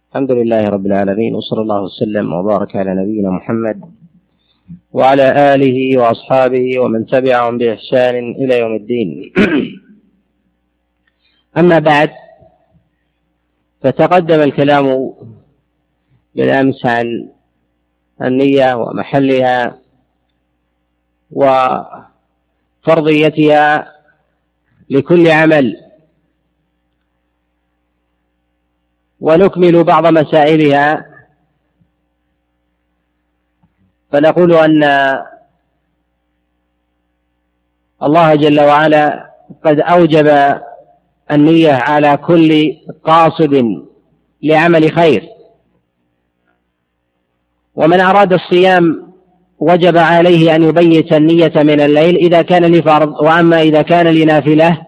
الحمد لله رب العالمين، وصلى الله وسلم وبارك على نبينا محمد وعلى آله وأصحابه ومن تبعهم بإحسان إلى يوم الدين. أما بعد، فتقدم الكلام بالأمس عن النية ومحلها وفرضيتها لكل عمل، ونكمل بعض مسائلها. فنقول أن الله جل وعلا قد أوجب النية على كل قاصد لعمل خير، ومن أراد الصيام وجب عليه أن يبيت النية من الليل إذا كان لفرض، وأما إذا كان لنافلة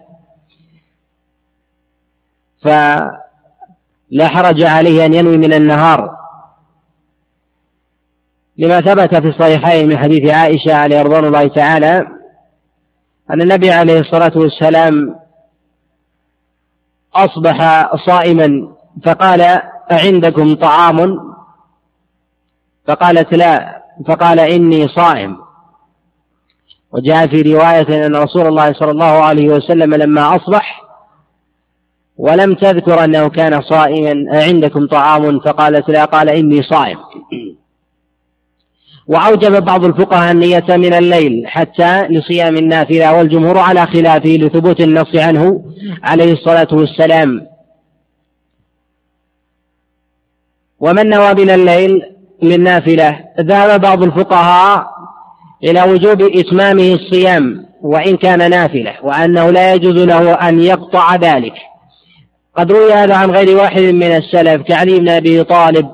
فلا حرج عليه أن ينوي من النهار، لما ثبت في الصحيحين من حديث عائشة عليه رضوان الله تعالى أن النبي عليه الصلاة والسلام أصبح صائما فقال: أعندكم طعام؟ فقالت: لا. فقال: إني صائم. وجاء في رواية أن رسول الله صلى الله عليه وسلم لما أصبح ولم تذكر أنه كان صائما: أعندكم طعام؟ فقالت: لا. قال: إني صائم. وأوجب بعض الفقهاء النية من الليل حتى لصيام النافلة، والجمهور على خلافه لثبوت النص عنه عليه الصلاة والسلام. ومن نوى من الليل للنافلة ذهب بعض الفقهاء إلى وجوب إتمامه الصيام وإن كان نافلة، وأنه لا يجوز له أن يقطع ذلك. قد روي هذا عن غير واحد من السلف كعلي بن أبي طالب،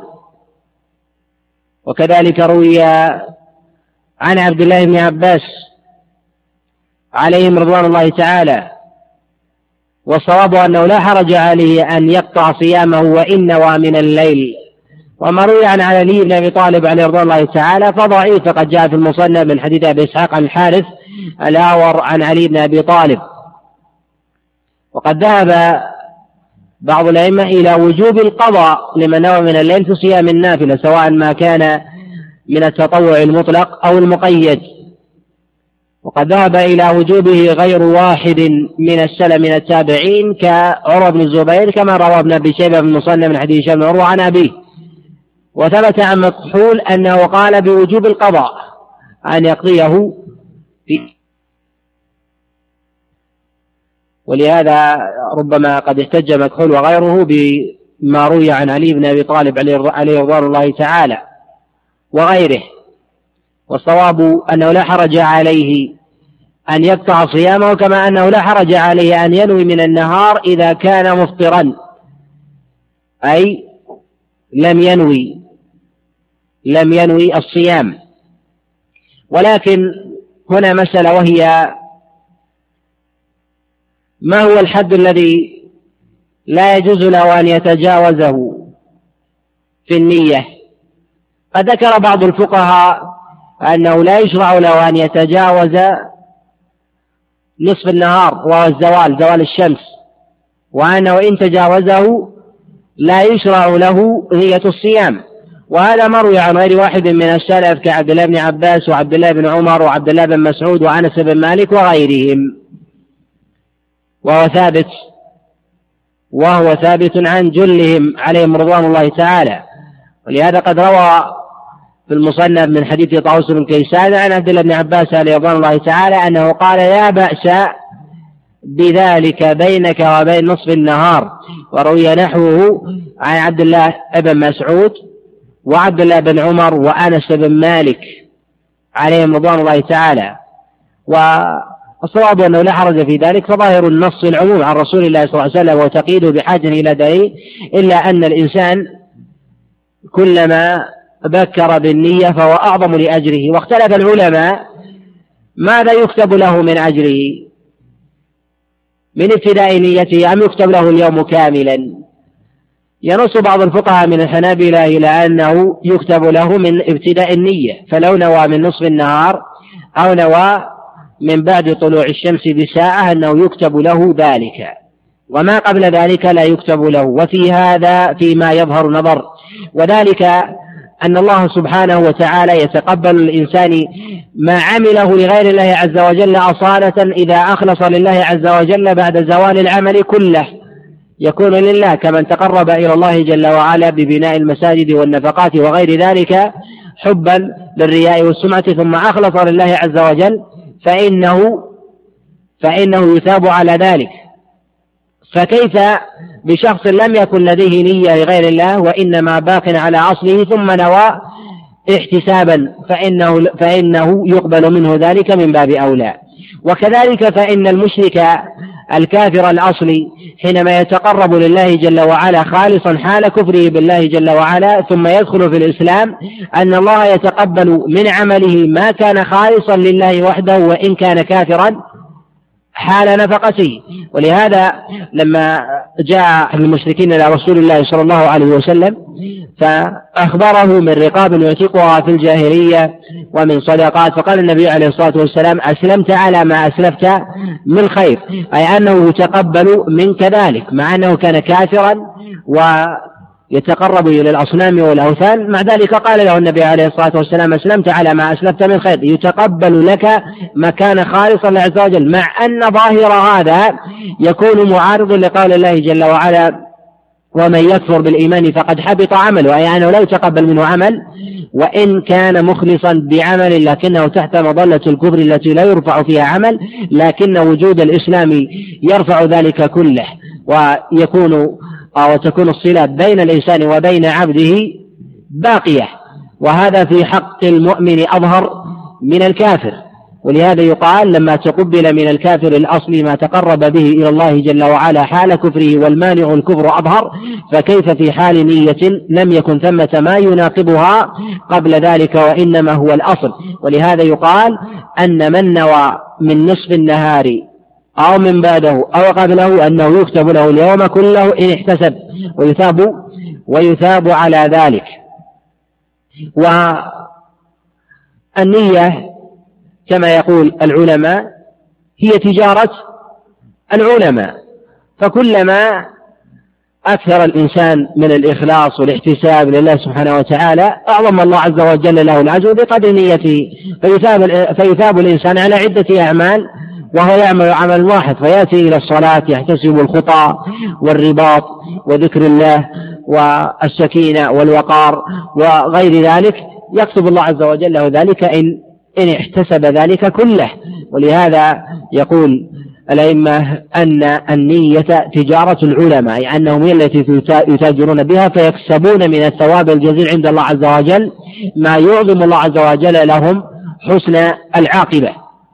وكذلك روي عن عبد الله بن عباس عليهم رضوان الله تعالى. والصواب أنه لا حرج عليه أن يقطع صيامه وإن نوى من الليل. وما روي عن علي بن أبي طالب عليه رضوان الله تعالى فضعيف، فقد جاء في المصنف من حديث أبي إسحاق عن الحارث الأعور عن علي بن أبي طالب. وقد ذهب بعض الأئمة إلى وجوب القضاء لمن نوى من الليل في صيام النافلة، سواء ما كان من التطوع المطلق أو المقيد. وقد ذهب إلى وجوبه غير واحد من السلف من التابعين كعروة بن الزبير، كما روى ابن أبي شيبة في المصنف من حديث هشام بن عروة عن أبيه. وثبت عن مكحول أنه قال بوجوب القضاء أن يقضيه ولهذا ربما قد احتج مكحول وغيره بما روي عن علي بن أبي طالب عليه رضوان الله تعالى وغيره. والصواب أنه لا حرج عليه أن يقطع صيامه، كما أنه لا حرج عليه أن ينوي من النهار إذا كان مفطرا، أي لم ينوي الصيام. ولكن هنا مسألة، وهي ما هو الحد الذي لا يجوز له أن يتجاوزه في النية؟ قد ذكر بعض الفقهاء أنه لا يشرع له أن يتجاوز نصف النهار وهو زوال الشمس، وأنه إن تجاوزه لا يشرع له نية الصيام. وهذا مروي عن غير واحد من السلف كعبد الله بن عباس وعبد الله بن عمر وعبد الله بن مسعود وأنس بن مالك وغيرهم، وهو ثابت عن جلهم عليهم رضوان الله تعالى. ولهذا قد روى في المصنف من حديث طاووس بن كيسان عن عبد الله بن عباس عليه رضوان الله تعالى أنه قال: لا بأس بذلك بينك وبين نصف النهار. وروي نحوه عن عبد الله بن مسعود وعبد الله بن عمر وأنس بن مالك عليهم رضوان الله تعالى. والصواب أنه لا حرج في ذلك، فظاهر النص العموم عن رسول الله صلى الله عليه وسلم وتقييده بحاجة إلى دليل، إلا أن الإنسان كلما بكر بالنية فهو أعظم لأجره. واختلف العلماء ماذا يكتب له من أجره، من ابتداء نيته أم يكتب له اليوم كاملا؟ ينص بعض الفقهاء من الحنابلة إلى أنه يكتب له من ابتداء النية، فلو نوى من نصف النهار أو نوى من بعد طلوع الشمس بساعة أنه يكتب له ذلك. وما قبل ذلك لا يكتب له. وفي هذا فيما يظهر نظر، وذلك أن الله سبحانه وتعالى يتقبل الإنسان ما عمله لغير الله عز وجل أصالة إذا أخلص لله عز وجل بعد زوال العمل كله يكون لله، كمن تقرب إلى الله جل وعلا ببناء المساجد والنفقات وغير ذلك حبا للرياء والسمعة ثم أخلص لله عز وجل فإنه يثاب على ذلك. فكيف بشخص لم يكن لديه نية لغير الله وإنما باق على أصله ثم نوى احتسابا فإنه يقبل منه ذلك من باب أولى. وكذلك فإن المشرك الكافر الأصلي حينما يتقرب لله جل وعلا خالصا حال كفره بالله جل وعلا ثم يدخل في الإسلام أن الله يتقبل من عمله ما كان خالصا لله وحده وإن كان كافرا حال نفقته. ولهذا لما جاء المشركين إلى رسول الله صلى الله عليه وسلم فأخبره من رقاب يعتقها في الجاهلية ومن صدقات، فقال النبي عليه الصلاة والسلام: أسلمت على ما أسلفت من خير، أي أنه يتقبل منك ذلك مع أنه كان كافرا ويتقرب إلى الأصنام والأوثان، مع ذلك قال له النبي عليه الصلاة والسلام: أسلمت على ما أسلفت من خير، يتقبل لك ما كان خالصا لله عز وجل، مع أن ظاهر هذا يكون معارض لقول الله جل وعلا: ومن يكفر بالإيمان فقد حبط عمله، أي أنه لا يتقبل منه عمل وإن كان مخلصا بعمل لكنه تحت مظلة الكفر التي لا يرفع فيها عمل، لكن وجود الإسلام يرفع ذلك كله وتكون الصلة بين الإنسان وبين عبده باقية، وهذا في حق المؤمن أظهر من الكافر. ولهذا يقال: لما تقبل من الكافر الأصلي ما تقرب به إلى الله جل وعلا حال كفره والمانع الكفر أظهر، فكيف في حال نية لم يكن ثمة ما يناقضها قبل ذلك وإنما هو الأصل. ولهذا يقال أن من نوى من نصف النهار أو من بعده أو قبله أنه يكتب له اليوم كله إن احتسب ويثاب على ذلك. والنية كما يقول العلماء هي تجارة العلماء، فكلما أكثر الإنسان من الإخلاص والاحتساب لله سبحانه وتعالى أعظم الله عز وجل له الأجر بقدر نيته، فيثاب الإنسان على عدة أعمال وهو يعمل عمل واحد، فيأتي إلى الصلاة يحتسب الخطى والرباط وذكر الله والسكينة والوقار وغير ذلك، يكتب الله عز وجل له ذلك إن احتسب ذلك كله. ولهذا يقول الأئمة أن النية تجارة العلماء، يعني أنهم هي التي يتاجرون بها فيكسبون من الثواب الجزيل عند الله عز وجل ما يعظم الله عز وجل لهم حسن العاقبة.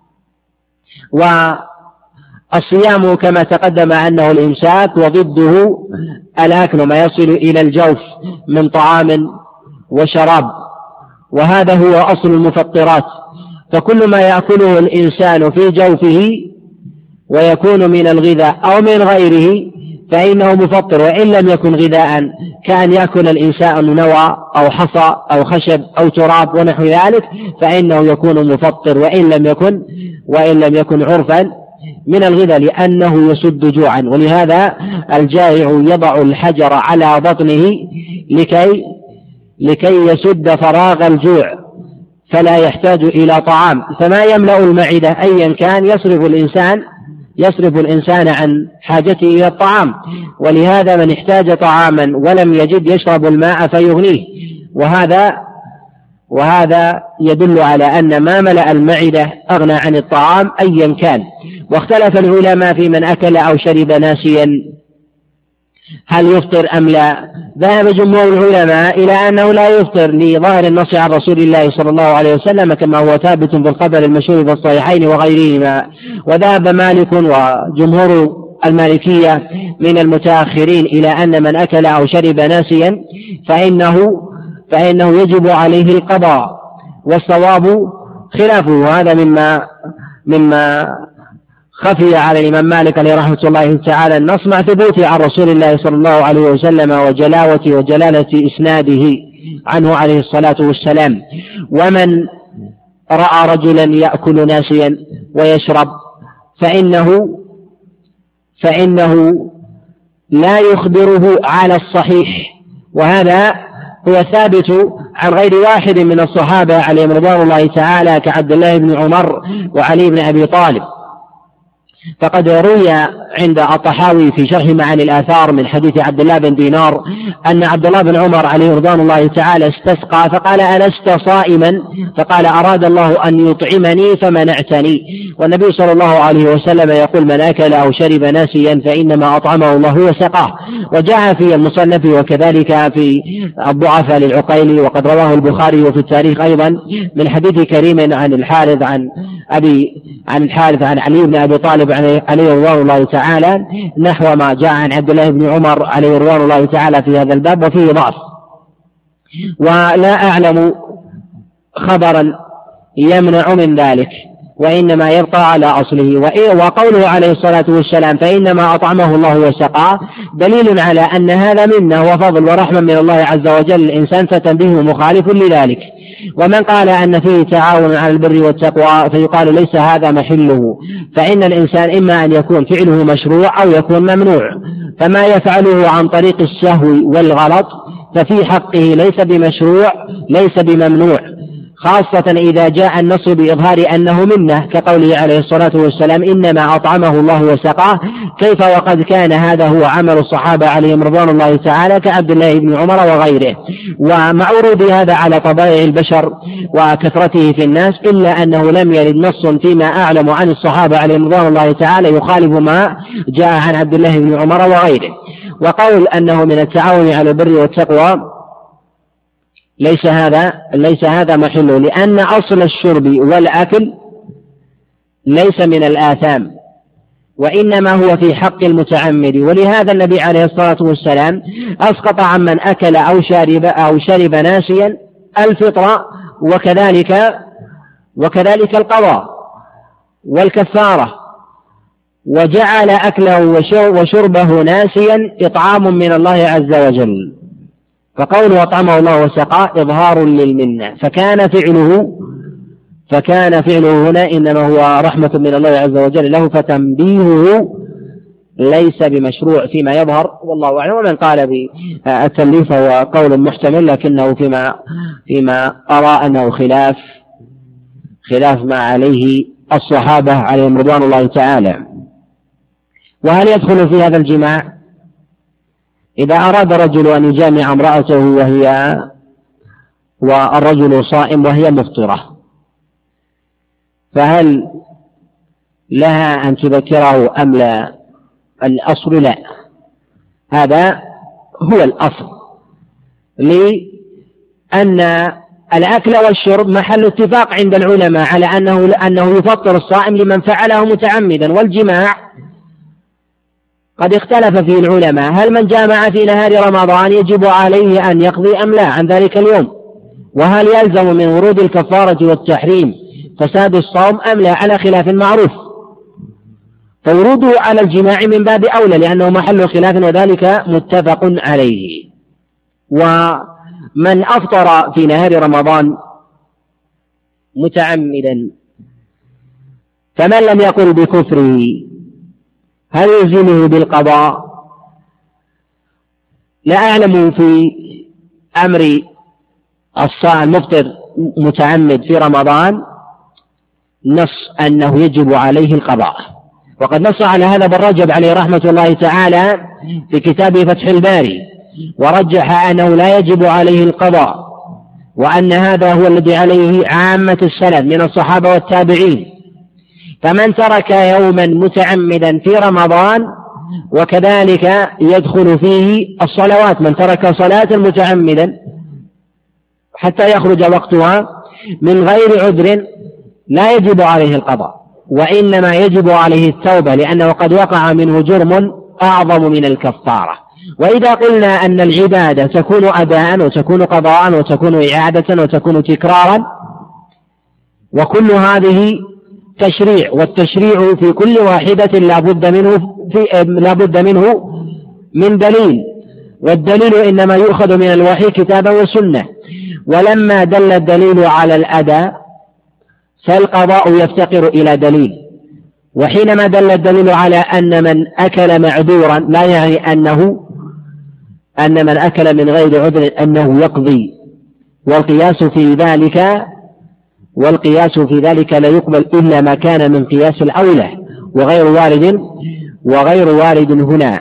والصيام كما تقدم أنه الإمساك وضده الأكل ما يصل إلى الجوف من طعام وشراب، وهذا هو أصل المفطرات، فكل ما يأكله الإنسان في جوفه ويكون من الغذاء أو من غيره فإنه مفطر، وإن لم يكن غذاء كأن يأكل الإنسان نوى أو حصى أو خشب أو تراب ونحو ذلك فإنه يكون مفطر وإن لم يكن عرفا من الغذاء لأنه يسد جوعا. ولهذا الجائع يضع الحجر على بطنه لكي يسد فراغ الجوع فلا يحتاج إلى طعام، فما يملأ المعدة أيا كان يصرف الإنسان عن حاجته إلى الطعام. ولهذا من احتاج طعاما ولم يجد يشرب الماء فيغنيه، وهذا يدل على أن ما ملأ المعدة أغنى عن الطعام أيا كان. واختلف العلماء في من أكل أو شرب ناسيا هل يفطر أم لا. ذهب جمهور العلماء إلى أنه لا يفطر لظاهر النص عن رسول الله صلى الله عليه وسلم كما هو ثابت بالخبر المشهور في الصحيحين وغيرهما. وذهب مالك وجمهور المالكية من المتأخرين إلى أن من أكل أو شرب ناسيا فإنه يجب عليه القضاء، والصواب خلافه. وهذا مما خفي على الإمام مالك عليه رحمة الله تعالى النص مع ثبوته عن رسول الله صلى الله عليه وسلم وجلالة إسناده عنه عليه الصلاة والسلام. ومن رأى رجلا يأكل ناسيا ويشرب فإنه لا يخبره على الصحيح، وهذا هو ثابت عن غير واحد من الصحابة عليهم رضوان الله تعالى كعبد الله بن عمر وعلي بن أبي طالب. فقد روي عند الطحاوي في شرح معاني الآثار من حديث عبد الله بن دينار أن عبد الله بن عمر عليه رضوان الله تعالى استسقى فقال: ألست صائما؟ فقال: أراد الله أن يطعمني فمنعتني. والنبي صلى الله عليه وسلم يقول: من أكل أو شرب ناسيا فإنما أطعمه الله وسقاه. وجاء في المصنف وكذلك في الضعفاء للعقيلي، وقد رواه البخاري وفي التاريخ أيضا من حديث كريم عن الحارث عن علي بن أبي طالب عليه رضوان الله تعالى نحو ما جاء عن عبد الله بن عمر عليه رضوان الله تعالى في هذا الباب، وفيه ضعف. ولا أعلم خبرا يمنع من ذلك، وإنما يبقى على أصله. وقوله عليه الصلاة والسلام: فإنما أطعمه الله وسقاه، دليل على أن هذا منه وفضل ورحمة من الله عز وجل الإنسان، فتنبيه مخالف لذلك. ومن قال أن فيه تعاون على البر والتقوى فيقال ليس هذا محله، فإن الإنسان إما أن يكون فعله مشروع أو يكون ممنوع، فما يفعله عن طريق السهو والغلط ففي حقه ليس بمشروع ليس بممنوع، خاصة إذا جاء النص بإظهار أنه منه كقوله عليه الصلاة والسلام: إنما أطعمه الله وسقاه، كيف وقد كان هذا هو عمل الصحابة عليهم رضوان الله تعالى كعبد الله بن عمر وغيره. ومع ورود هذا على طبائع البشر وكثرته في الناس، إلا أنه لم يرد نص فيما أعلم عن الصحابة عليهم رضوان الله تعالى يخالف ما جاء عن عبد الله بن عمر وغيره. وقول أنه من التعاون على البر والتقوى ليس هذا محله، لأن أصل الشرب والأكل ليس من الآثام، وإنما هو في حق المتعمد. ولهذا النبي عليه الصلاة والسلام أسقط عن من أكل أو شرب ناسيا الفطرة، وكذلك القضاء والكفارة، وجعل أكله وشربه ناسيا إطعام من الله عز وجل. فقوله أطعمه الله وسقاه إظهار للمنة، فكان فعله هنا إنما هو رحمة من الله عز وجل له، فتنبيهه ليس بمشروع فيما يظهر، والله أعلم. ومن قال بالتنبيه فهو قول محتمل، لكنه فيما أرى أنه خلاف ما عليه الصحابة عليهم رضوان الله تعالى. وهل يدخل في هذا الجماع إذا أراد رجل أن يجامع امرأته والرجل صائم وهي مفطرة، فهل لها أن تذكره أم لا؟ الأصل لا، هذا هو الأصل، لأن الأكل والشرب محل اتفاق عند العلماء على أنه يفطر الصائم لمن فعله متعمدا. والجماع قد اختلف فيه العلماء، هل من جامع في نهار رمضان يجب عليه أن يقضي أم لا عن ذلك اليوم؟ وهل يلزم من ورود الكفارة والتحريم فساد الصوم أم لا؟ على خلاف معروف، فوروده على الجماع من باب أولى لأنه محل خلاف، وذلك متفق عليه. ومن أفطر في نهار رمضان متعمدا فمن لم يقل بكفره هل يلزمه بالقضاء؟ لا أعلم في أمر المفطر متعمد في رمضان نص أنه يجب عليه القضاء، وقد نص على هذا ابن رجب عليه رحمة الله تعالى في كتابه فتح الباري، ورجح أنه لا يجب عليه القضاء، وأن هذا هو الذي عليه عامة السلف من الصحابة والتابعين. فمن ترك يوما متعمدا في رمضان، وكذلك يدخل فيه الصلوات، من ترك صلاة متعمدا حتى يخرج وقتها من غير عذر لا يجب عليه القضاء، وإنما يجب عليه التوبة، لأنه قد وقع منه جرم أعظم من الكفارة. وإذا قلنا أن العبادة تكون أداء وتكون قضاء وتكون إعادة وتكون تكرارا، وكل هذه تشريع، والتشريع في كل واحدة لا بد منه من دليل، والدليل إنما يؤخذ من الوحي كتابا وسنة. ولما دل الدليل على الأداء فالقضاء يفتقر إلى دليل، وحينما دل الدليل على أن من أكل معذورا لا يعني أن من أكل من غير عذر أنه يقضي، والقياس في ذلك لا يقبل إلا ما كان من قياس الأولى وغير وارد هنا.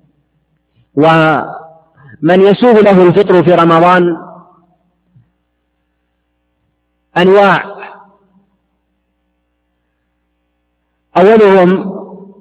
ومن يسوغ له الفطر في رمضان أنواع، أولهم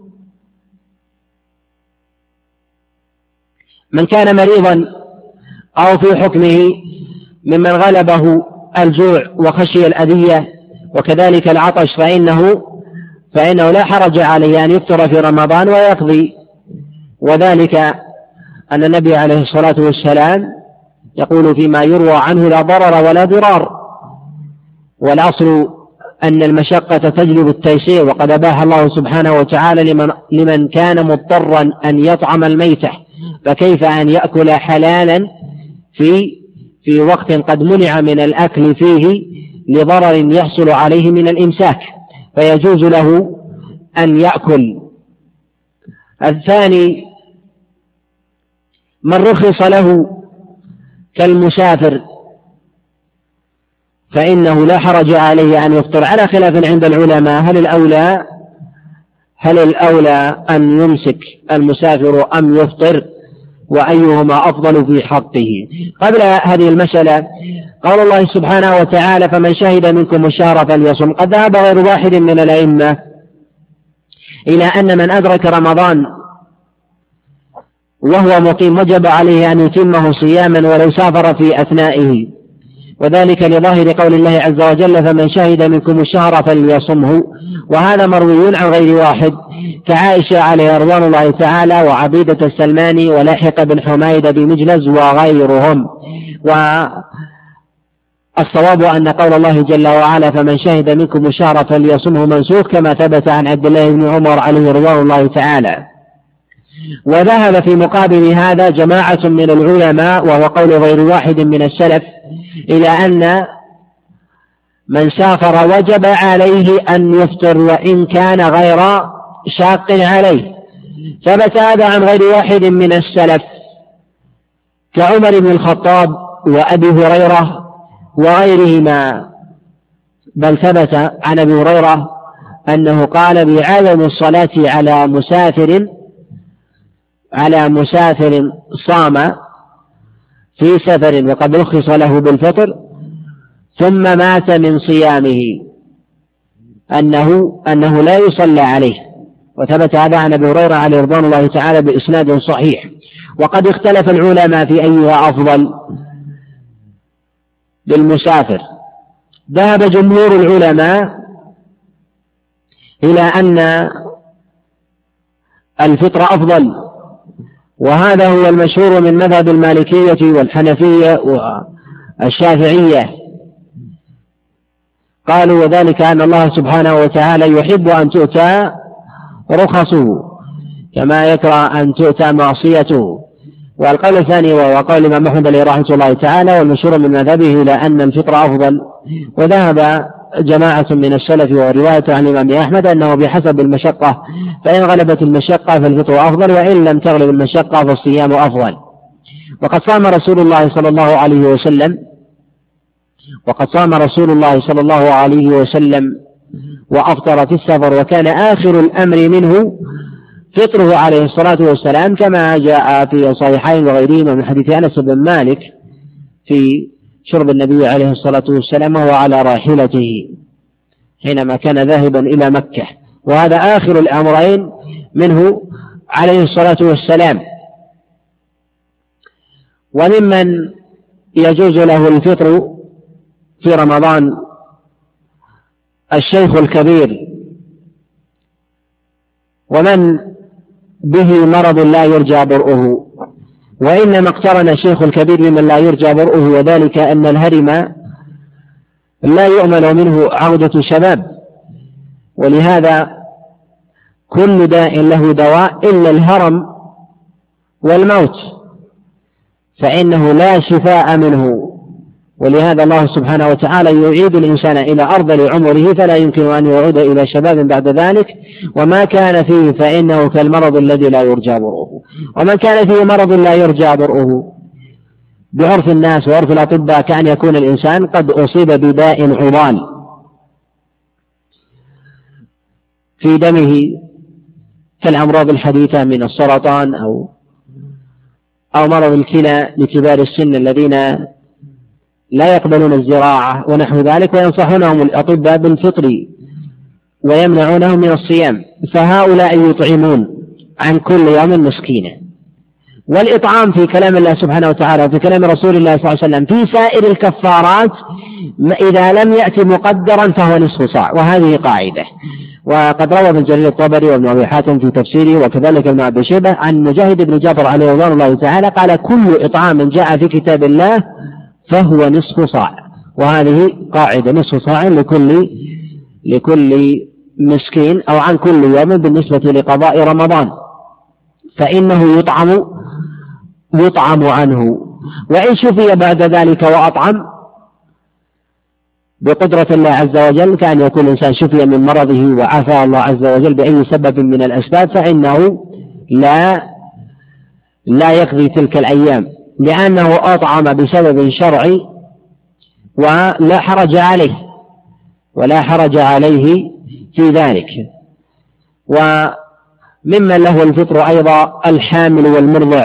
من كان مريضا أو في حكمه ممن غلبه الجوع وخشي الأذية وكذلك العطش فإنه لا حرج عليه أن يفطر في رمضان ويقضي، وذلك أن النبي عليه الصلاة والسلام يقول فيما يروى عنه: لا ضرر ولا ضرار، والأصل أن المشقة تجلب التيسير، وقد أباح الله سبحانه وتعالى لمن كان مضطرا أن يطعم الميتة، فكيف أن يأكل حلالا في وقت قد منع من الأكل فيه لضرر يحصل عليه من الإمساك، فيجوز له أن يأكل. الثاني من رخص له كالمسافر فإنه لا حرج عليه أن يفطر، على خلاف عند العلماء هل الأولى أن يمسك المسافر أم يفطر، وأيهما أفضل في حقه. قبل هذه المسألة قال الله سبحانه وتعالى: فمن شهد منكم الشهر فليصم. قد ذهب غير واحد من الأئمة إلى أن من أدرك رمضان وهو مقيم وجب عليه أن يتمه صياما ولو سافر في أثنائه، وذلك لظاهر قول الله عز وجل: فمن شهد منكم الشهر فليصمه، وهذا مروي عن غير واحد كعائشة عليها رضوان الله تعالى وعبيدة السلماني ولاحق بن حميد بمجلز وغيرهم. والصواب أن قول الله جل وعلا: فمن شهد منكم الشهر فليصمه منسوخ، كما ثبت عن عبد الله بن عمر عليه رضوان الله تعالى. وذهب في مقابل هذا جماعة من العلماء وهو قول غير واحد من السلف إلى أن من سافر وجب عليه أن يفطر وإن كان غير شاق عليه. ثبت هذا عن غير واحد من السلف كعمر بن الخطاب وأبي هريرة وغيرهما، بل ثبت عن أبي هريرة أنه قال: بعدم الصلاة على مسافر صام في سفر وقد رخص له بالفطر ثم مات من صيامه أنه لا يصلى عليه. وثبت هذا عن أبي هريرة عليه رضوان الله تعالى بإسناد صحيح. وقد اختلف العلماء في أيها أفضل للمسافر. ذهب جمهور العلماء إلى أن الفطر أفضل، وهذا هو المشهور من مذهب المالكية والحنفية والشافعية. قالوا: وذلك أن الله سبحانه وتعالى يحب أن تؤتى رخصه كما يكره أن تؤتى معصيته. والقول الثاني وهو قول الإمام أحمد عليه رحمة الله تعالى والمشهور من مذهبه إلى أن الفطر أفضل. وذهب جماعة من السلف ورواية عن الإمام أحمد أنه بحسب المشقة، فإن غلبت المشقة فالفطر أفضل، وإن لم تغلب المشقة فالصيام أفضل. وقد صام رسول الله صلى الله عليه وسلم وأفطر في السفر، وكان آخر الأمر منه فطره عليه الصلاة والسلام، كما جاء في الصحيحين وغيرهما من حديث أنس بن مالك في شرب النبي عليه الصلاة والسلام وهو على راحلته حينما كان ذاهبا إلى مكة، وهذا آخر الأمرين منه عليه الصلاة والسلام. وممن يجوز له الفطر في رمضان الشيخ الكبير، ومن به مرض لا يرجى برؤه، وإنما اقترن الشيخ الكبير بمن لا يرجى برؤه، وذلك أن الهرم لا يؤمن منه عودة الشباب، ولهذا كل داء له دواء إلا الهرم والموت، فإنه لا شفاء منه ولهذا الله سبحانه وتعالى يعيد الإنسان إلى أرذل عمره فلا يمكن أن يعود إلى شباب بعد ذلك، وما كان فيه فإنه كالمرض الذي لا يرجى برؤه. ومن كان فيه مرض لا يرجى برؤه بعرف الناس وعرف الأطباء كأن يكون الإنسان قد أصيب بداء عضال في دمه كالأمراض الحديثة من السرطان أو مرض الكلى لكبار السن الذين لا يقبلون الزراعة ونحو ذلك، وينصحونهم الأطباء بالفطر ويمنعونهم من الصيام، فهؤلاء يطعمون عن كل يوم مسكينا. والإطعام في كلام الله سبحانه وتعالى وفي كلام رسول الله صلى الله عليه وسلم في سائر الكفارات إذا لم يأتي مقدرا فهو نصف صاع، وهذه قاعدة. وقد روى ابن جرير الطبري وابن أبي حاتم في تفسيره وكذلك ابن أبي شيبة عن مجاهد بن جبر عليه رضوان الله تعالى قال: كل إطعام جاء في كتاب الله فهو نصف صاع، وهذه قاعدة نصف صاع لكل مسكين أو عن كل يوم بالنسبة لقضاء رمضان، فإنه يطعم عنه. وإن شفي بعد ذلك وأطعم بقدرة الله عز وجل، كان يكون الإنسان شفي من مرضه وعافى الله عز وجل بأي سبب من الأسباب، فإنه لا يقضي تلك الأيام لأنه أطعم بسبب شرعي ولا حرج عليه في ذلك. وممن له الفطر أيضا الحامل والمرضع،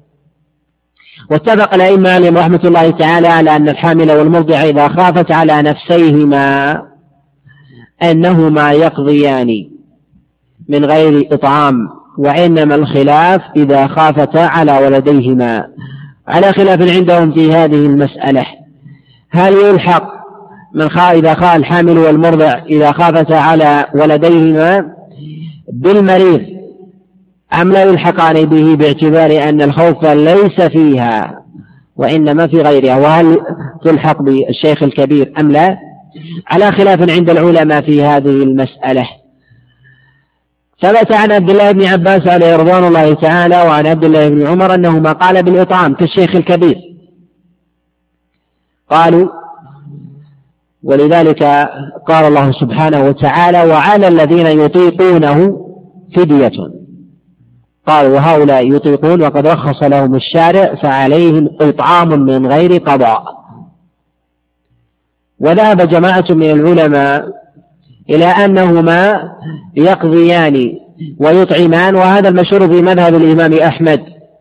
واتفق الأئمة عليهم رحمة الله تعالى على أن الحامل والمرضع إذا خافت على نفسيهما أنهما يقضيان من غير إطعام، وإنما الخلاف إذا خافتا على ولديهما، على خلاف عندهم في هذه المسألة، هل يلحق إذا خاف الحامل والمرضع إذا خافتا على ولديهما بالمريض أم لا يلحقان به باعتبار أن الخوف ليس فيها وإنما في غيرها، وهل تلحق بالشيخ الكبير أم لا؟ على خلاف عند العلماء في هذه المسألة. ثبت عن عبد الله بن عباس عليه رضوان الله تعالى وعن عبد الله بن عمر أنهما قال بالإطعام كالشيخ الكبير، قالوا ولذلك قال الله سبحانه وتعالى: وعلى الذين يطيقونه فدية، قال وهؤلاء يطيقون وقد رخص لهم الشارع فعليهم إطعام من غير قضاء. وذهب جماعة من العلماء إلى أنهما يقضيان ويطعمان، وهذا المشهور في مذهب الإمام أحمد.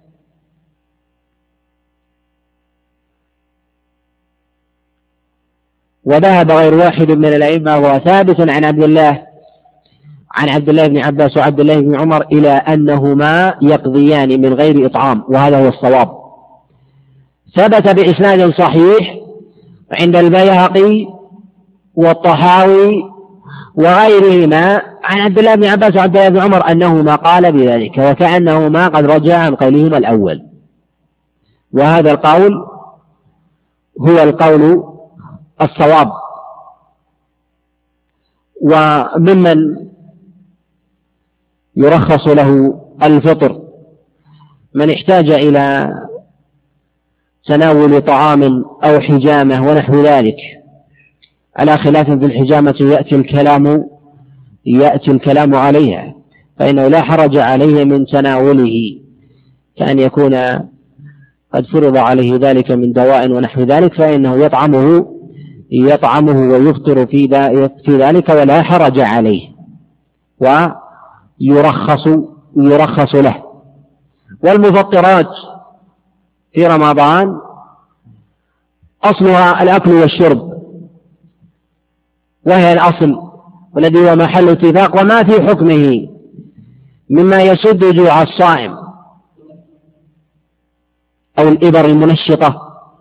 وذهب غير واحد من الأئمة وهو ثابت عن عبد الله بن عباس وعبد الله بن عمر إلى أنهما يقضيان من غير إطعام، وهذا هو الصواب. ثبت بإسناد صحيح عند البيهقي والطحاوي وغيرهما عن عبد الله بن عباس وعبد الله بن عمر أنهما قال بذلك، وكأنهما قد رجع عن قولهما الأول، وهذا القول هو القول الصواب. وممن يرخص له الفطر من احتاج إلى تناول طعام أو حجامة ونحو ذلك، على خلاف في الحجامة يأتي الكلام عليها، فإنه لا حرج عليه من تناوله، كأن يكون قد فرض عليه ذلك من دواء ونحو ذلك، فإنه يطعمه ويفطر في ذلك ولا حرج عليه ويرخص له. والمفطرات في رمضان أصلها الأكل والشرب، وهي الأصل والذي هو محل اتفاق، وما في حكمه مما يسد جوع الصائم أو الإبر المنشطة،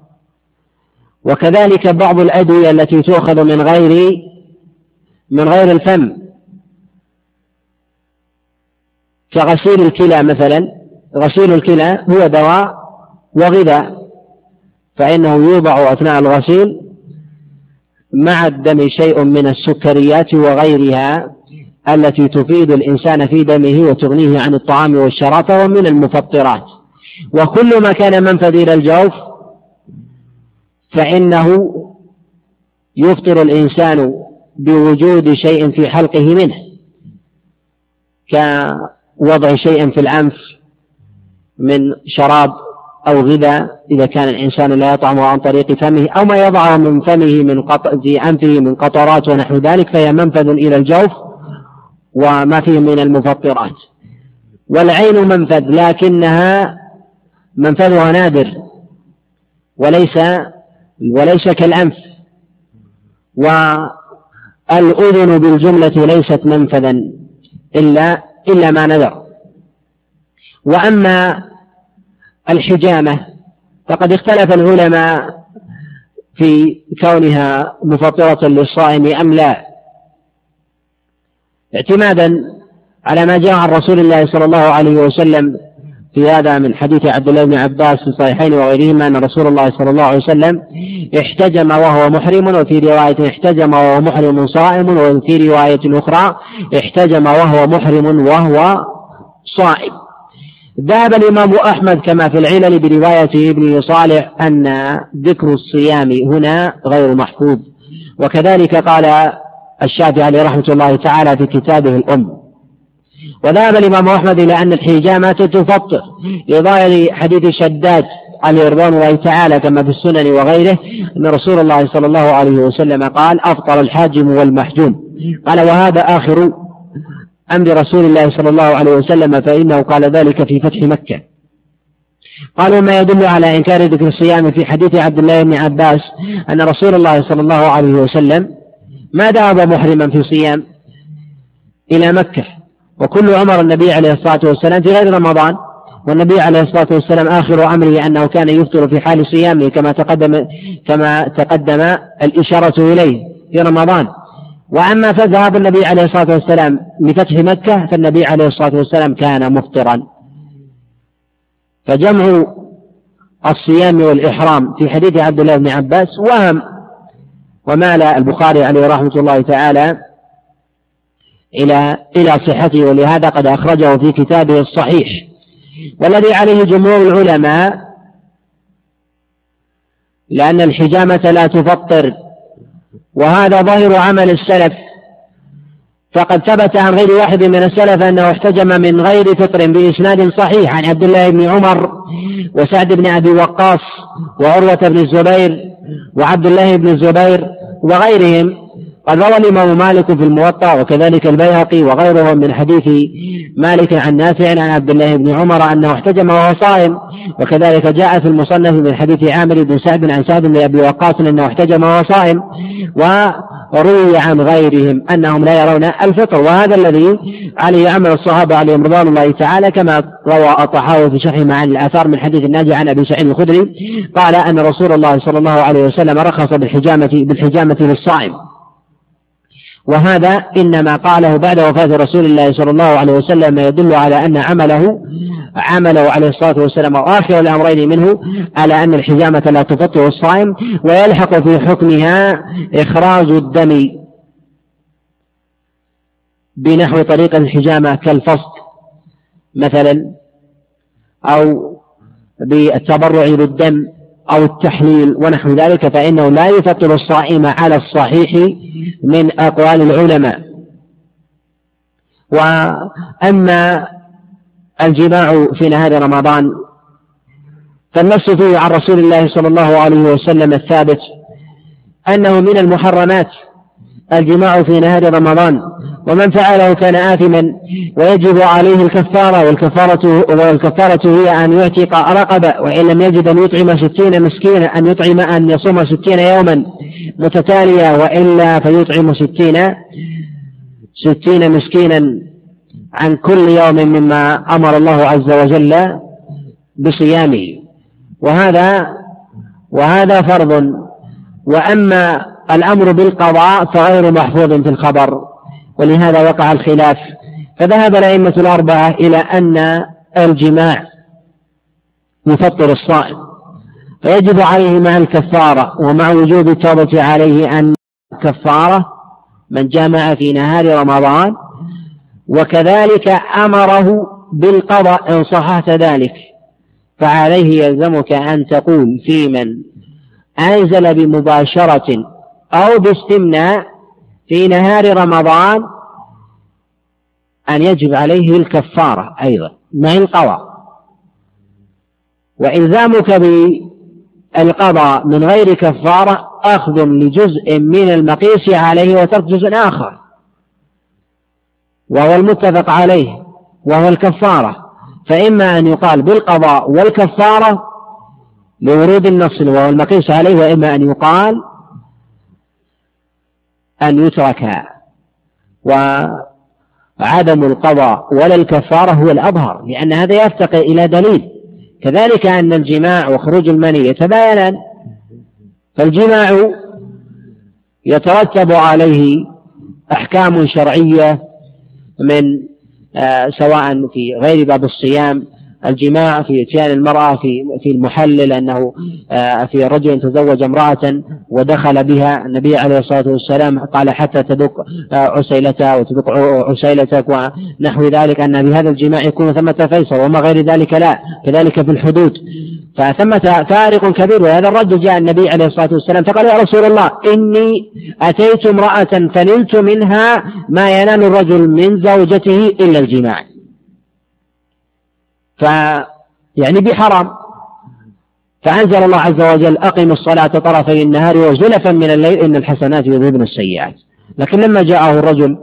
وكذلك بعض الأدوية التي تؤخذ من غير الفم كغسيل الكلى مثلا. غسيل الكلى هو دواء وغذاء، فإنه يوضع أثناء الغسيل مع الدم شيء من السكريات وغيرها التي تفيد الإنسان في دمه وتغنيه عن الطعام والشراب، فهو من المفطرات. وكل ما كان منفذ إلى الجوف فإنه يفطر الإنسان بوجود شيء في حلقه منه، كوضع شيء في الأنف من شراب أو غذاء إذا كان الإنسان لا يطعمه عن طريق فمه، أو ما يضعه من فمه في أنفه من قطرات ونحو ذلك، فهي منفذ إلى الجوف وما فيه من المفطرات. والعين منفذ، لكنها منفذها نادر وليس كالأنف. والأذن بالجملة ليست منفذا إلا ما نذر. وأما الحجامة فقد اختلف العلماء في كونها مفطرة للصائم أم لا، اعتمادا على ما جاء عن رسول الله صلى الله عليه وسلم في هذا من حديث عبد الله بن عباس في الصحيحين وغيرهما أن رسول الله صلى الله عليه وسلم احتجم وهو محرم، وفي رواية احتجم وهو محرم صائم، وفي رواية أخرى احتجم وهو محرم وهو صائم. ذهب الإمام أحمد كما في العلل برواية ابن صالح أن ذكر الصيام هنا غير محفوظ، وكذلك قال الشافعي عليه رحمة الله تعالى في كتابه الأم. وذهب الإمام أحمد إلى أن الحجامة تفطر لظاهر حديث شداد عليه رضوان الله تعالى كما في السنن وغيره أن رسول الله صلى الله عليه وسلم قال: أفطر الحاجم والمحجوم. قال: وهذا آخر أمر رسول الله صلى الله عليه وسلم، فإنه قال ذلك في فتح مكة. قالوا: ما يدل على إنكار ذكر الصيام في حديث عبد الله بن عباس أن رسول الله صلى الله عليه وسلم ما ذهب محرما في صيام إلى مكة، وكل عمر النبي عليه الصلاة والسلام في غير رمضان، والنبي عليه الصلاة والسلام آخر أمره أنه كان يفطر في حال صيامه كما تقدم الإشارة إليه في رمضان. وأما فذهب النبي عليه الصلاة والسلام لفتح مكة فالنبي عليه الصلاة والسلام كان مفطرا. فجمع الصيام والإحرام في حديث عبد الله بن عباس وهم، ومال البخاري عليه رحمة الله تعالى إلى صحته، ولهذا قد أخرجه في كتابه الصحيح. والذي عليه جمهور العلماء لأن الحجامة لا تفطر، وهذا ظاهر عمل السلف، فقد ثبت عن غير واحد من السلف أنه احتجم من غير فطر بإسناد صحيح عن عبد الله بن عمر وسعد بن أبي وقاص وعروة بن الزبير وعبد الله بن الزبير وغيرهم. قد روى الإمام مالك في الموطأ وكذلك البيهقي وغيرهم من حديث مالك عن نافع عن عبد الله بن عمر أنه احتجم وهو صائم، وكذلك جاء في المصنف من حديث عامر بن سعد عن سعد بن أبي وقاص أنه احتجم وهو صائم، وروي عن غيرهم أنهم لا يرون الفطر. وهذا الذي عليه عمل الصحابة عليهم رضوان الله تعالى، كما روى الطحاوي في شرح معاني الآثار من حديث الناجي عن أبي سعيد الخدري قال أن رسول الله صلى الله عليه وسلم رخص بالحجامة للصائم، وهذا إنما قاله بعد وفاة رسول الله صلى الله عليه وسلم، يدل على أن عمله عليه الصلاة والسلام وآخر الأمرين منه على أن الحجامة لا تفطر الصائم، ويلحق في حكمها إخراج الدم بنحو طريقة الحجامة كالفصل مثلا، أو بالتبرع بالدم أو التحليل ونحو ذلك، فإنه لا يفطر الصائم على الصحيح من أقوال العلماء. وأما الجماع في نهار رمضان فالنص فيه عن رسول الله صلى الله عليه وسلم الثابت أنه من المحرمات الجماع في نهار رمضان، ومن فعله كان آثما ويجب عليه الكفارة، والكفارة هي أن يعتق رقبة، وإن لم يجد أن يطعم 60 مسكينا، أن يصوم 60 يوما متتالية، وإلا فيطعم 60 مسكينا عن كل يوم مما أمر الله عز وجل بصيامه، وهذا فرض. وأما الأمر بالقضاء فغير محفوظ في الخبر، ولهذا وقع الخلاف. فذهب الأئمة الأربعة إلى أن الجماع يفطر الصائم، فيجب عليه مع الكفارة ومع وجوب التوبة عليه أن كفارة من جامع في نهار رمضان، وكذلك أمره بالقضاء إن صححت ذلك، فعليه يلزمك أن تقول في من أنزل بمباشرة أو باستمناء في نهار رمضان أن يجب عليه الكفارة أيضا مع القضاء. وإلزامك بالقضاء من غير كفارة أخذ لجزء من المقيس عليه وترك جزء آخر، وهو المتفق عليه وهو الكفارة. فإما أن يقال بالقضاء والكفارة لورود النص وهو المقيس عليه، وإما أن يقال أن يترك وعدم القضاء ولا الكفارة هو الأظهر، لأن هذا يفتقر إلى دليل. كذلك أن الجماع وخروج المني يتباينان، فالجماع يترتب عليه أحكام شرعية من سواء في غير باب الصيام، الجماع في اتيان المرأة في المحلل، أنه في رجل تزوج امرأة ودخل بها، النبي عليه الصلاة والسلام قال حتى تدق عسيلتها وتدق عسيلتك ونحو ذلك، أن بهذا الجماع يكون ثمة فيصل وما غير ذلك لا. كذلك في الحدود، فثمة فارق كبير. وهذا الرجل جاء النبي عليه الصلاة والسلام فقال: يا رسول الله، إني أتيت امرأة فنلت منها ما ينال الرجل من زوجته إلا الجماع، يعني بحرام. فأنزل الله عز وجل: أقم الصلاة طرفي النهار وزلفا من الليل إن الحسنات يذهبن السيئات. لكن لما جاءه الرجل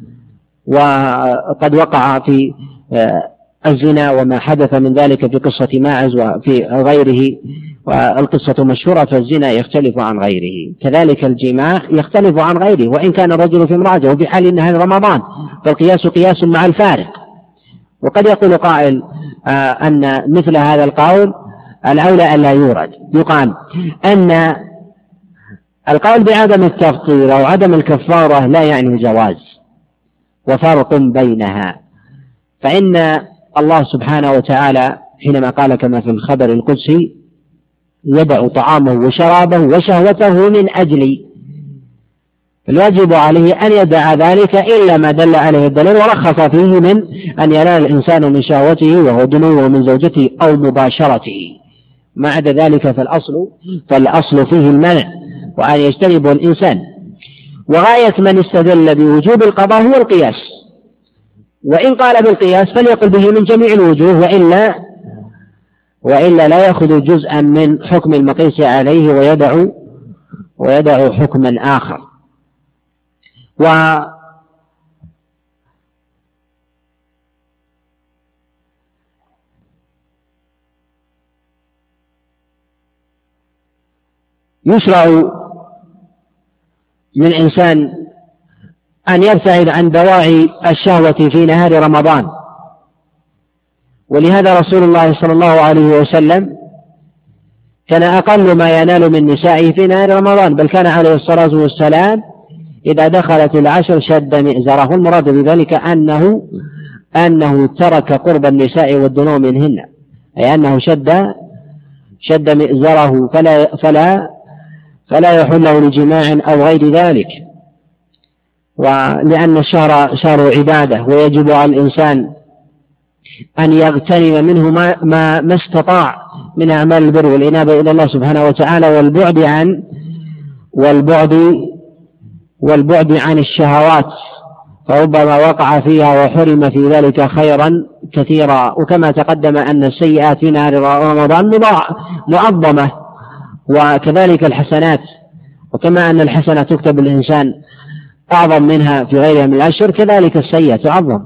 وقد وقع في الزنا وما حدث من ذلك في قصة ماعز وفي غيره، والقصة مشهورة، فالزنا يختلف عن غيره، كذلك الجماع يختلف عن غيره، وإن كان الرجل في امرأته وفي حال نهار رمضان، فالقياس قياس مع الفارق. وقد يقول قائل أن مثل هذا القول الأولى أن لا يورد. يقال أن القول بعدم التفطير أو عدم الكفارة لا يعني الجواز، وفرق بينها. فإن الله سبحانه وتعالى حينما قال كما في الخبر القدسي: يدع طعامه وشرابه وشهوته من أجلي، الواجب عليه أن يدع ذلك إلا ما دل عليه الدليل ورخص فيه من أن ينال الإنسان من شهوته وهو دنوه من زوجته أو مباشرته. ما عدا ذلك فالأصل فيه المنع وأن يجتنبه الإنسان. وغاية من استدل بوجوب القضاء هو القياس، وإن قال بالقياس فليقل به من جميع الوجوه، وإلا لا يأخذ جزءا من حكم المقيس عليه ويدع حكما آخر. يشرع للإنسان أن يبتعد عن دواعي الشهوة في نهار رمضان، ولهذا رسول الله صلى الله عليه وسلم كان أقل ما ينال من نسائه في نهار رمضان، بل كان عليه الصلاة والسلام إذا دخلت العشر شد مئزره. المراد بذلك أنه ترك قرب النساء والدنو منهن، أي أنه شد مئزره فلا يحل له لجماع أو غير ذلك. ولأن الشهر شهر عبادة، ويجب على الإنسان أن يغتنم منه ما استطاع من أعمال البر والإنابة إلى الله سبحانه وتعالى، والبعد عن الشهوات، فربما وقع فيها وحرم في ذلك خيرا كثيرا. وكما تقدم أن السيئات في نهار رمضان معظمة، وكذلك الحسنات، وكما أن الحسنة تكتب الإنسان أعظم منها في غيرها من الأشهر، كذلك السيئة تعظم،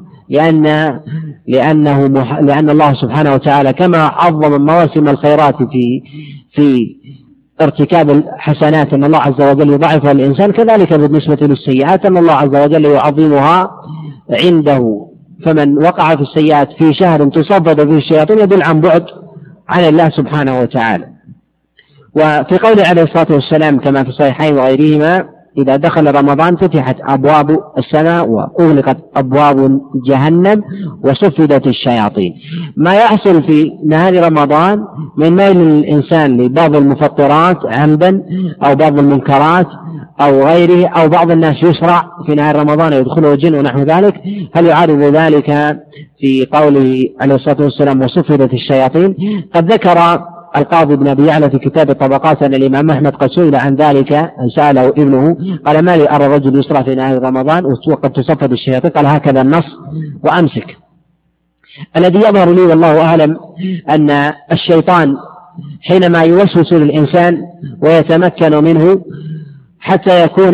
لأن الله سبحانه وتعالى كما عظم مواسم الخيرات في ارتكاب الحسنات أن الله عز وجل يضاعفها للإنسان، كذلك بالنسبة للسيئات أن الله عز وجل يعظمها عنده. فمن وقع في السيئات في شهر تصدد فيه الشياطين يدل عن بعد عن الله سبحانه وتعالى. وفي قوله عليه الصلاة والسلام كما في الصحيحين وغيرهما: إذا دخل رمضان فتحت أبواب السماء وأغلقت أبواب جهنم وصفدت الشياطين. ما يحصل في نهار رمضان من ميل الإنسان لبعض المفطرات عمدا أو بعض المنكرات أو غيره، أو بعض الناس يسرع في نهار رمضان يدخله الجن ونحو ذلك، هل يعارض ذلك في قوله عليه الصلاة والسلام وصفدت الشياطين؟ قد ذكر القاضي بن أبي يعلى في كتاب الطبقات أن الإمام أحمد قد سئل عن ذلك، سأله ابنه قال: ما لي أرى الرجل يسرى في نهار رمضان وقد تصفد الشياطين؟ قال: هكذا النص وأمسك. الذي يظهر لي والله أعلم أن الشيطان حينما يوسوس للإنسان ويتمكن منه حتى يكون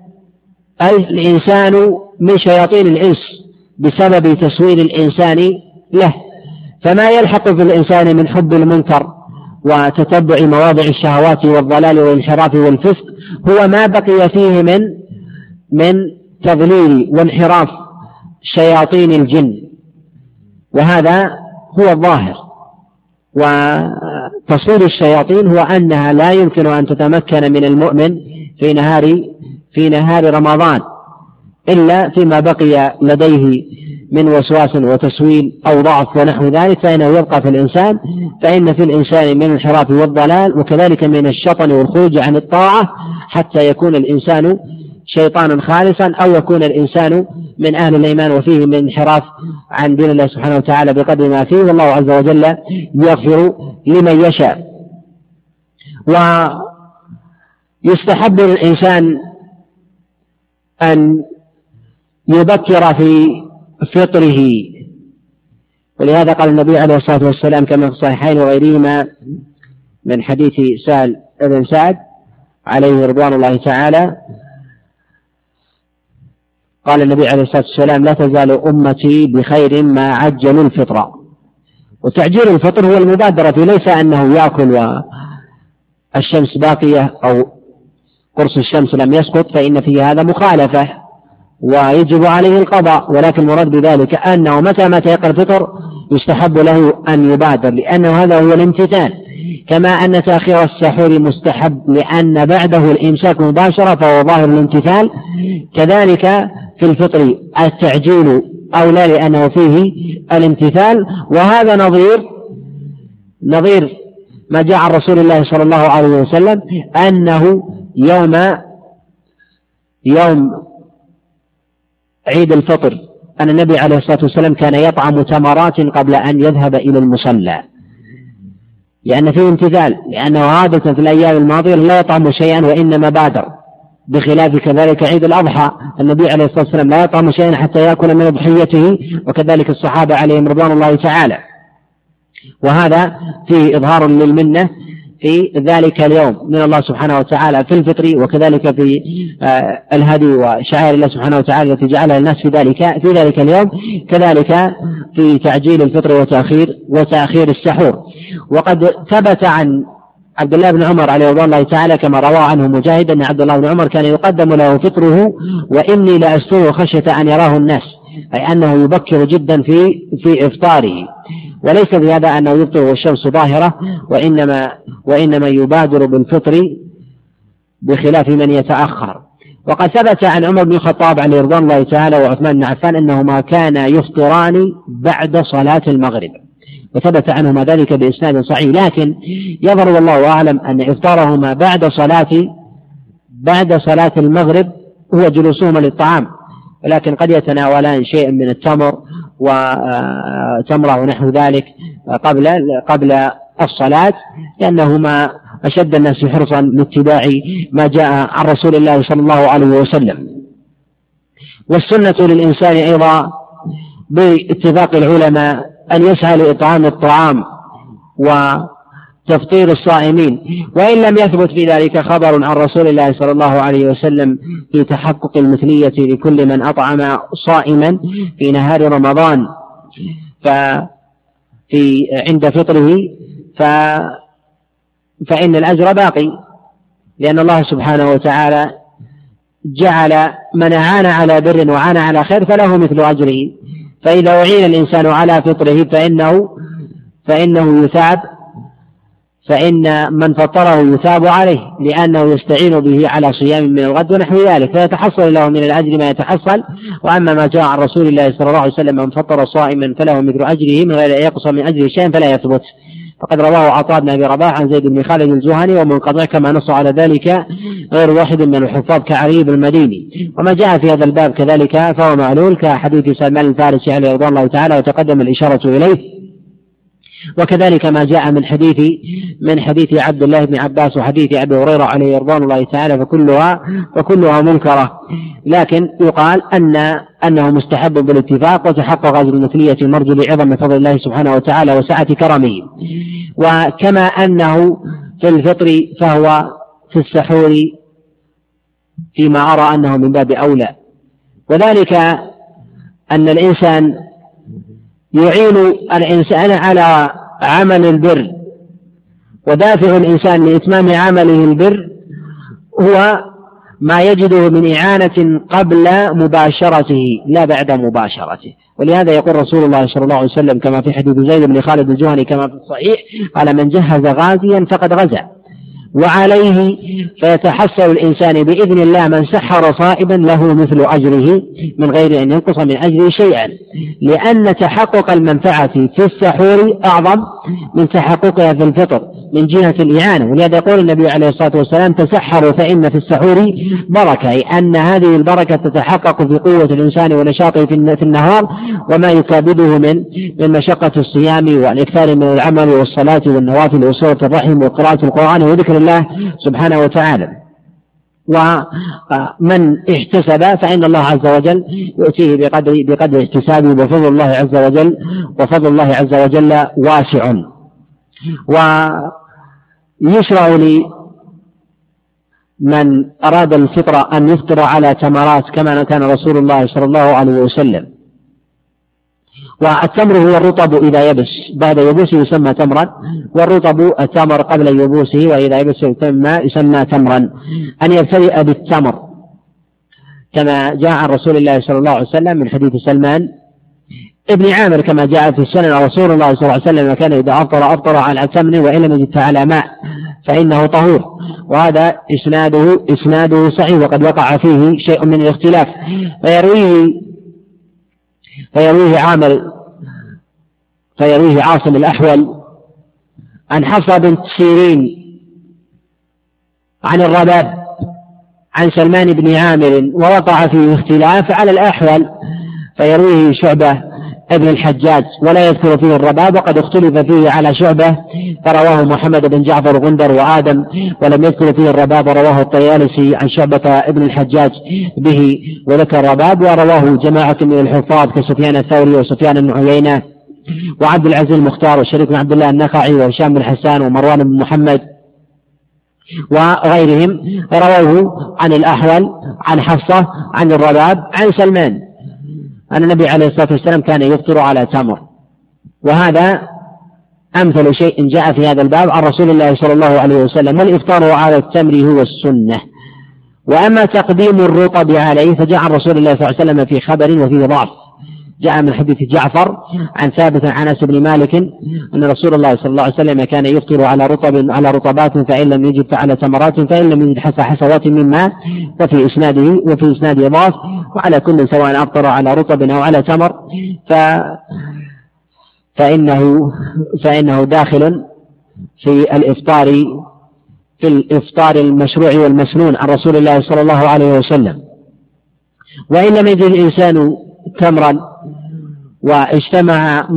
الإنسان من شياطين الإنس بسبب تسويل الإنسان له، فما يلحق في الإنسان من حب المنكر وتتبع مواضع الشهوات والضلال والانحراف والفسق هو ما بقي فيه من تضليل وانحراف شياطين الجن، وهذا هو الظاهر. وتصوير الشياطين هو أنها لا يمكن أن تتمكن من المؤمن في نهار رمضان إلا فيما بقي لديه من وسواس وتسويل أو ضعف ونحو ذلك، فإنه يبقى في الإنسان، فإن في الإنسان من الانحراف والضلال وكذلك من الشطن والخروج عن الطاعة حتى يكون الإنسان شيطانا خالصا، أو يكون الإنسان من أهل الإيمان وفيه من انحراف عن دين الله سبحانه وتعالى بقدر ما فيه، والله عز وجل يغفر لمن يشاء. ويستحب للإنسان أن يبكر في فطره، ولهذا قال النبي عليه الصلاة والسلام كما في الصحيحين وغيرهما من حديث سهل بن سعد عليه رضوان الله تعالى، قال النبي عليه الصلاة والسلام: لا تزال أمتي بخير ما عجلوا الفطر. وتعجيل الفطر هو المبادرة، ليس أنه يأكل والشمس باقية أو قرص الشمس لم يسقط، فإن في هذا مخالفة ويجب عليه القضاء، ولكن المراد بذلك أنه متى يقع الفطر يستحب له أن يبادر، لأنه هذا هو الامتثال، كما أن تأخير السحور مستحب لأن بعده الإمساك مباشرة فهو ظاهر الامتثال، كذلك في الفطر التعجيل أولى لأنه فيه الامتثال. وهذا نظير ما جاء عن رسول الله صلى الله عليه وسلم أنه يوم عيد الفطر أن النبي عليه الصلاة والسلام كان يطعم تمرات قبل أن يذهب إلى المصلى، لأن فيه امتثال، لأنه عادة في الأيام الماضية لا يطعم شيئا وإنما بادر، بخلاف كذلك عيد الأضحى النبي عليه الصلاة والسلام لا يطعم شيئا حتى يأكل من أضحيته، وكذلك الصحابة عليهم رضوان الله تعالى. وهذا فيه إظهار للمنة في ذلك اليوم من الله سبحانه وتعالى في الفطر، وكذلك في الهدي وشعائر الله سبحانه وتعالى التي جعلها الناس في ذلك اليوم، كذلك في تعجيل الفطر وتأخير السحور. وقد ثبت عن عبد الله بن عمر عليه رضوان الله تعالى كما روى عنه مجاهد أن عبد الله بن عمر كان يقدم له فطره وإني لأستره خشية أن يراه الناس، أي أنه يبكر جدا في إفطاره، وليس بهذا أنه يفطر والشمس ظاهرة، وإنما يبادر بالفطر بخلاف من يتأخر. وقد ثبت عن عمر بن الخطاب عليه رضوان الله تعالى وعثمان بن عفان أنهما كانا يفطران بعد صلاة المغرب، وثبت عنهما ذلك بإسناد صحيح، لكن يظهر والله أعلم أن إفطارهما بعد صلاة المغرب هو جلوسهما للطعام، ولكن قد يتناولان شيئا من التمر وتمرة ونحو ذلك قبل الصلاة، لأنهما أشد الناس حرصا لاتباع ما جاء عن رسول الله صلى الله عليه وسلم. والسنة للإنسان أيضا باتفاق العلماء أن يسعى لإطعام الطعام وتفطير الصائمين، وإن لم يثبت في ذلك خبر عن رسول الله صلى الله عليه وسلم في تحقق المثلية لكل من أطعم صائما في نهار رمضان عند فطره فإن الأجر باقي، لأن الله سبحانه وتعالى جعل من أعان على بر وعان على خير فله مثل أجره، فإذا أعين الإنسان على فطره فإنه يثاب، فإن من فطره يثاب عليه لأنه يستعين به على صيام من الغد ونحو ذلك، فيتحصل له من الأجر ما يتحصل. وأما ما جاء عن رسول الله صلى الله عليه وسلم من فطر صائما فله مثل أجره من غير أن يقص من أجره شيئا فلا يثبت، فقد رواه عطاء بن أبي رباح عن زيد بن خالد الجهني ومنقطع كما نص على ذلك غير واحد من الحفاظ كعلي بن المديني. وما جاء في هذا الباب كذلك فهو معلول كحديث سلمان الفارسي عليه رضوان الله تعالى وتقدم الإشارة إليه. وكذلك ما جاء من حديث عبد الله بن عباس وحديث أبي هريرة عليه رضوان الله تعالى فكلها منكرة، لكن يقال أنه مستحب بالاتفاق، وتحقق أجر المثلية المرجو لعظم فضل الله سبحانه وتعالى وسعة كرمه. وكما أنه في الفطر فهو في السحور فيما أرى أنه من باب أولى، وذلك أن الإنسان يعين الإنسان على عمل البر، ودافع الإنسان لإتمام عمله البر هو ما يجده من إعانة قبل مباشرته لا بعد مباشرته. ولهذا يقول رسول الله صلى الله عليه وسلم كما في حديث زيد بن خالد الجهني كما في الصحيح قال: من جهز غازيا فقد غزا. وعليه فيتحصل الإنسان بإذن الله من سحر صائبا له مثل أجره من غير أن ينقص من أجره شيئا، لأن تحقق المنفعة في السحور أعظم من تحققها في الفطر من جهة الإعانة. ولهذا يقول النبي عليه الصلاة والسلام: تسحروا فإن في السحور بركة، أي أن هذه البركة تتحقق في قوة الإنسان ونشاطه في النهار، وما يكابده من مشقة الصيام والإكثار من العمل والصلاة والنوافل وصلة الرحم وقراءة القرآن وذكر الله سبحانه وتعالى. ومن احتسب فإن الله عز وجل يؤتيه بقدر احتسابه، وفضل الله عز وجل واسع. ويشرع لمن أراد الفطر أن يفطر على تمرات كما كان رسول الله صلى الله عليه وسلم. والتمر هو الرطب إذا يبس، بعد يبوسه يسمى تمرا، والرطب التمر قبل يبوسه وإذا يبس يسمى تمرا. أن يبتدئ بالتمر كما جاء عن رسول الله صلى الله عليه وسلم من حديث سلمان ابن عامر كما جاء في السنن: رسول الله صلى الله عليه وسلم كان إذا أفطر على تمر وإن لم يجد على ماء فإنه طهور. وهذا إسناده صحيح، وقد وقع فيه شيء من الاختلاف. فيرويه عاصم الأحول عن حفصة بنت سيرين عن الرباب عن سلمان بن عامر، ووقع فيه اختلاف على الأحول، فيرويه شعبة ابن الحجاج ولا يذكر فيه الرباب، وقد اختلف فيه على شعبة فرواه محمد بن جعفر غندر وآدم، ولم يذكر فيه الرباب، ورواه الطيالسي عن شعبة ابن الحجاج به وذكر الرباب، ورواه جماعة من الحفاظ كسفيان الثوري وسفيان بن عيينة وعبد العزيز المختار وشريك بن عبد الله النخعي وهشام بن حسان ومروان بن محمد وغيرهم، رووه عن الأحول عن حفصة عن الرباب عن سلمان أن النبي عليه الصلاة والسلام كان يفطر على تمر. وهذا أمثل شيء جاء في هذا الباب عن رسول الله صلى الله عليه وسلم، والإفطار على التمر هو السنة. وأما تقديم الرطب عليه فجاء عن رسول الله صلى الله عليه وسلم في خبر وفيه ضعف. جاء من حديث جعفر عن ثابت عن أنس بن مالك أن رسول الله صلى الله عليه وسلم كان يفطر على رطبات فإن لم يجد فعلى تمرات فإن لم يجد حصوات من ماء، وفي إسناده ضعف. وعلى كل سواء أفطر على رطب أو على تمر فإنه داخل في الإفطار المشروع والمسنون عن رسول الله صلى الله عليه وسلم. وإن لم يجد الإنسان تمرا واجتمعت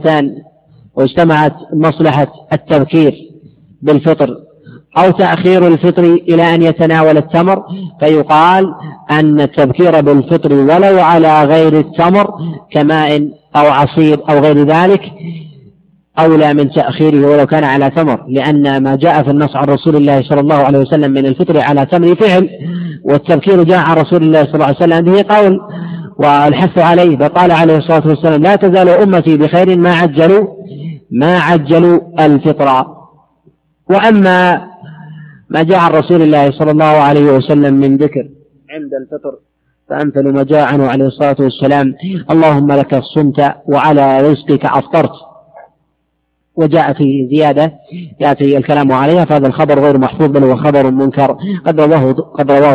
مصلحة التبكير بالفطر أو تأخير الفطر إلى أن يتناول التمر، فيقال أن التبكير بالفطر ولو على غير التمر كماء أو عصير أو غير ذلك أولى من تأخيره ولو كان على تمر، لأن ما جاء في النص عن رسول الله صلى الله عليه وسلم من الفطر على تمر فعل، والتبكير جاء عن رسول الله صلى الله عليه وسلم به قول والحث عليه. فقال عليه الصلاة والسلام: لا تزال أمتي بخير ما عجلوا الفطر. وأما ما جاء عن رسول الله صلى الله عليه وسلم من ذكر عند الفطر فأمثل ما جاء عنه عليه الصلاة والسلام: اللهم لك صمت وعلى رزقك أفطرت. وجاء في زيادة يأتي الكلام عليها، فهذا الخبر غير محفوظ بل هو خبر منكر قد رواه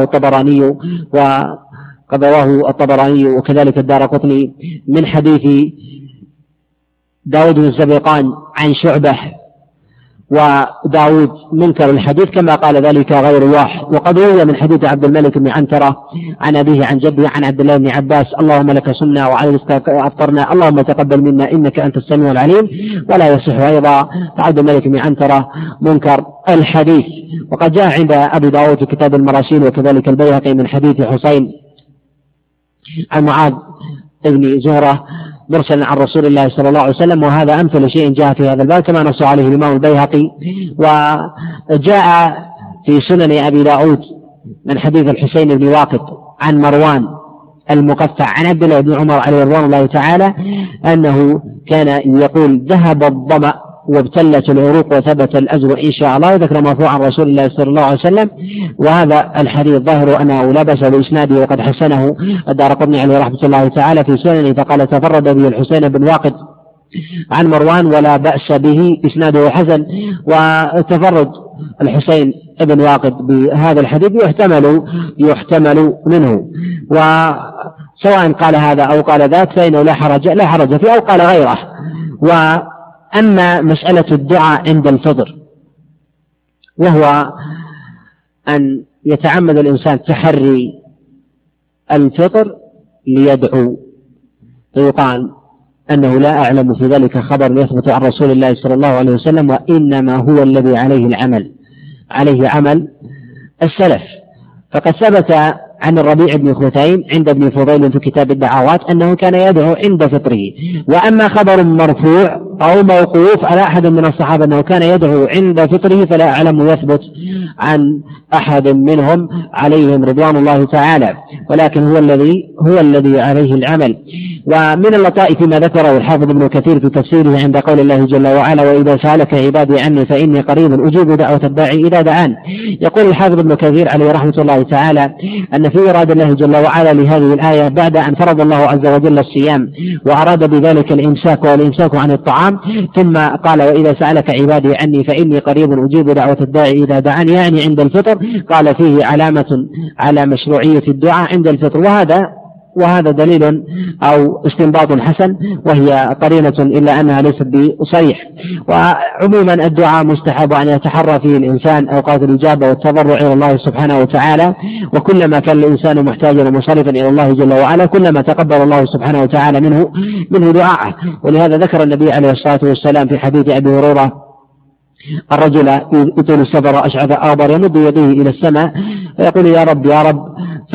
الطبراني وكذلك الدارقطني من حديث داود بن الزبيقان عن شعبة وداود منكر الحديث كما قال ذلك غير واحد. وقد روي من حديث عبد الملك بن عنترة عن أبيه عن جده عن عبد الله بن عباس: اللهم لك صمنا وعلى رزقك أفطرنا، اللهم تقبل منا إنك أنت السميع العليم. ولا يصح أيضا عبد الملك بن عنترة منكر الحديث. وقد جاء عند أبي داود في كتاب المراسيل وكذلك البيهقي من حديث حسين عن معاذ ابن زهرة مرسلا عن رسول الله صلى الله عليه وسلم، وهذا أمثل شيء جاء في هذا الباب كما نص عليه الإمام البيهقي. وجاء في سنن أبي داود من حديث الحسين بن واقد عن مروان المقفع عن عبد الله بن عمر عليه رضوان الله تعالى أنه كان يقول: ذهب الظمأ وابتلت العروق وثبت الأجر إن شاء الله. ذكر مرفوعا عن رسول الله صلى الله عليه وسلم. وهذا الحديث ظاهر أنه لا بأس بإسناده، وقد حسنه الدارقطني عليه رحمة الله تعالى في سننه، فقال: تفرد به الحسين بن واقد عن مروان ولا بأس به، إسناده حسن. وتفرد الحسين بن واقد بهذا الحديث يحتمل منه، وسواء قال هذا أو قال ذاك فإنه لا حرج فيه، أو قال غيره. وأما مسألة الدعاء عند الفطر، وهو أن يتعمد الإنسان تحري الفطر ليدعو، فيقال أنه لا أعلم في ذلك خبر يثبت عن رسول الله صلى الله عليه وسلم، وإنما هو الذي عليه عمل السلف. فقد ثبت عن الربيع بن خثيم عند ابن فضيل في كتاب الدعوات أنه كان يدعو عند فطره. وأما خبر مرفوع أو موقوف على أحد من الصحابة أنه كان يدعو عند فطره فلا أعلم يثبت عن أحد منهم عليهم رضوان الله تعالى، ولكن هو الذي عليه العمل. ومن اللطائف ما ذكره الحافظ ابن كثير في تفسيره عند قول الله جل وعلا: وإذا سألك عبادي عني فإني قريب أجيب دعوة الداعي إذا دعان. يقول الحافظ ابن كثير عليه رحمة الله تعالى أن في إرادة الله جل وعلا لهذه الآية بعد أن فرض الله عز وجل الصيام وأراد بذلك الإمساك والإمساك عن الطعام، ثم قال: وإذا سألك عبادي عني فإني قريب أجيب دعوة الداعي إذا دعان، يعني عند الفطر. قال فيه علامة على مشروعية الدعاء عند الفطر، وهذا دليل أو استنباط حسن، وهي قرينة إلا أنها ليست بصريح. وعموما الدعاء مستحب أن يتحرى فيه الإنسان أوقات الإجابة والتضرع إلى الله سبحانه وتعالى، وكلما كان الإنسان محتاجا ومصرفا إلى الله جل وعلا كلما تقبل الله سبحانه وتعالى منه دعاءه. ولهذا ذكر النبي عليه الصلاة والسلام في حديث أبي هريرة: الرجل يطيل السفر أشعث أغبر يمد يديه إلى السماء فيقول: يا رب يا رب،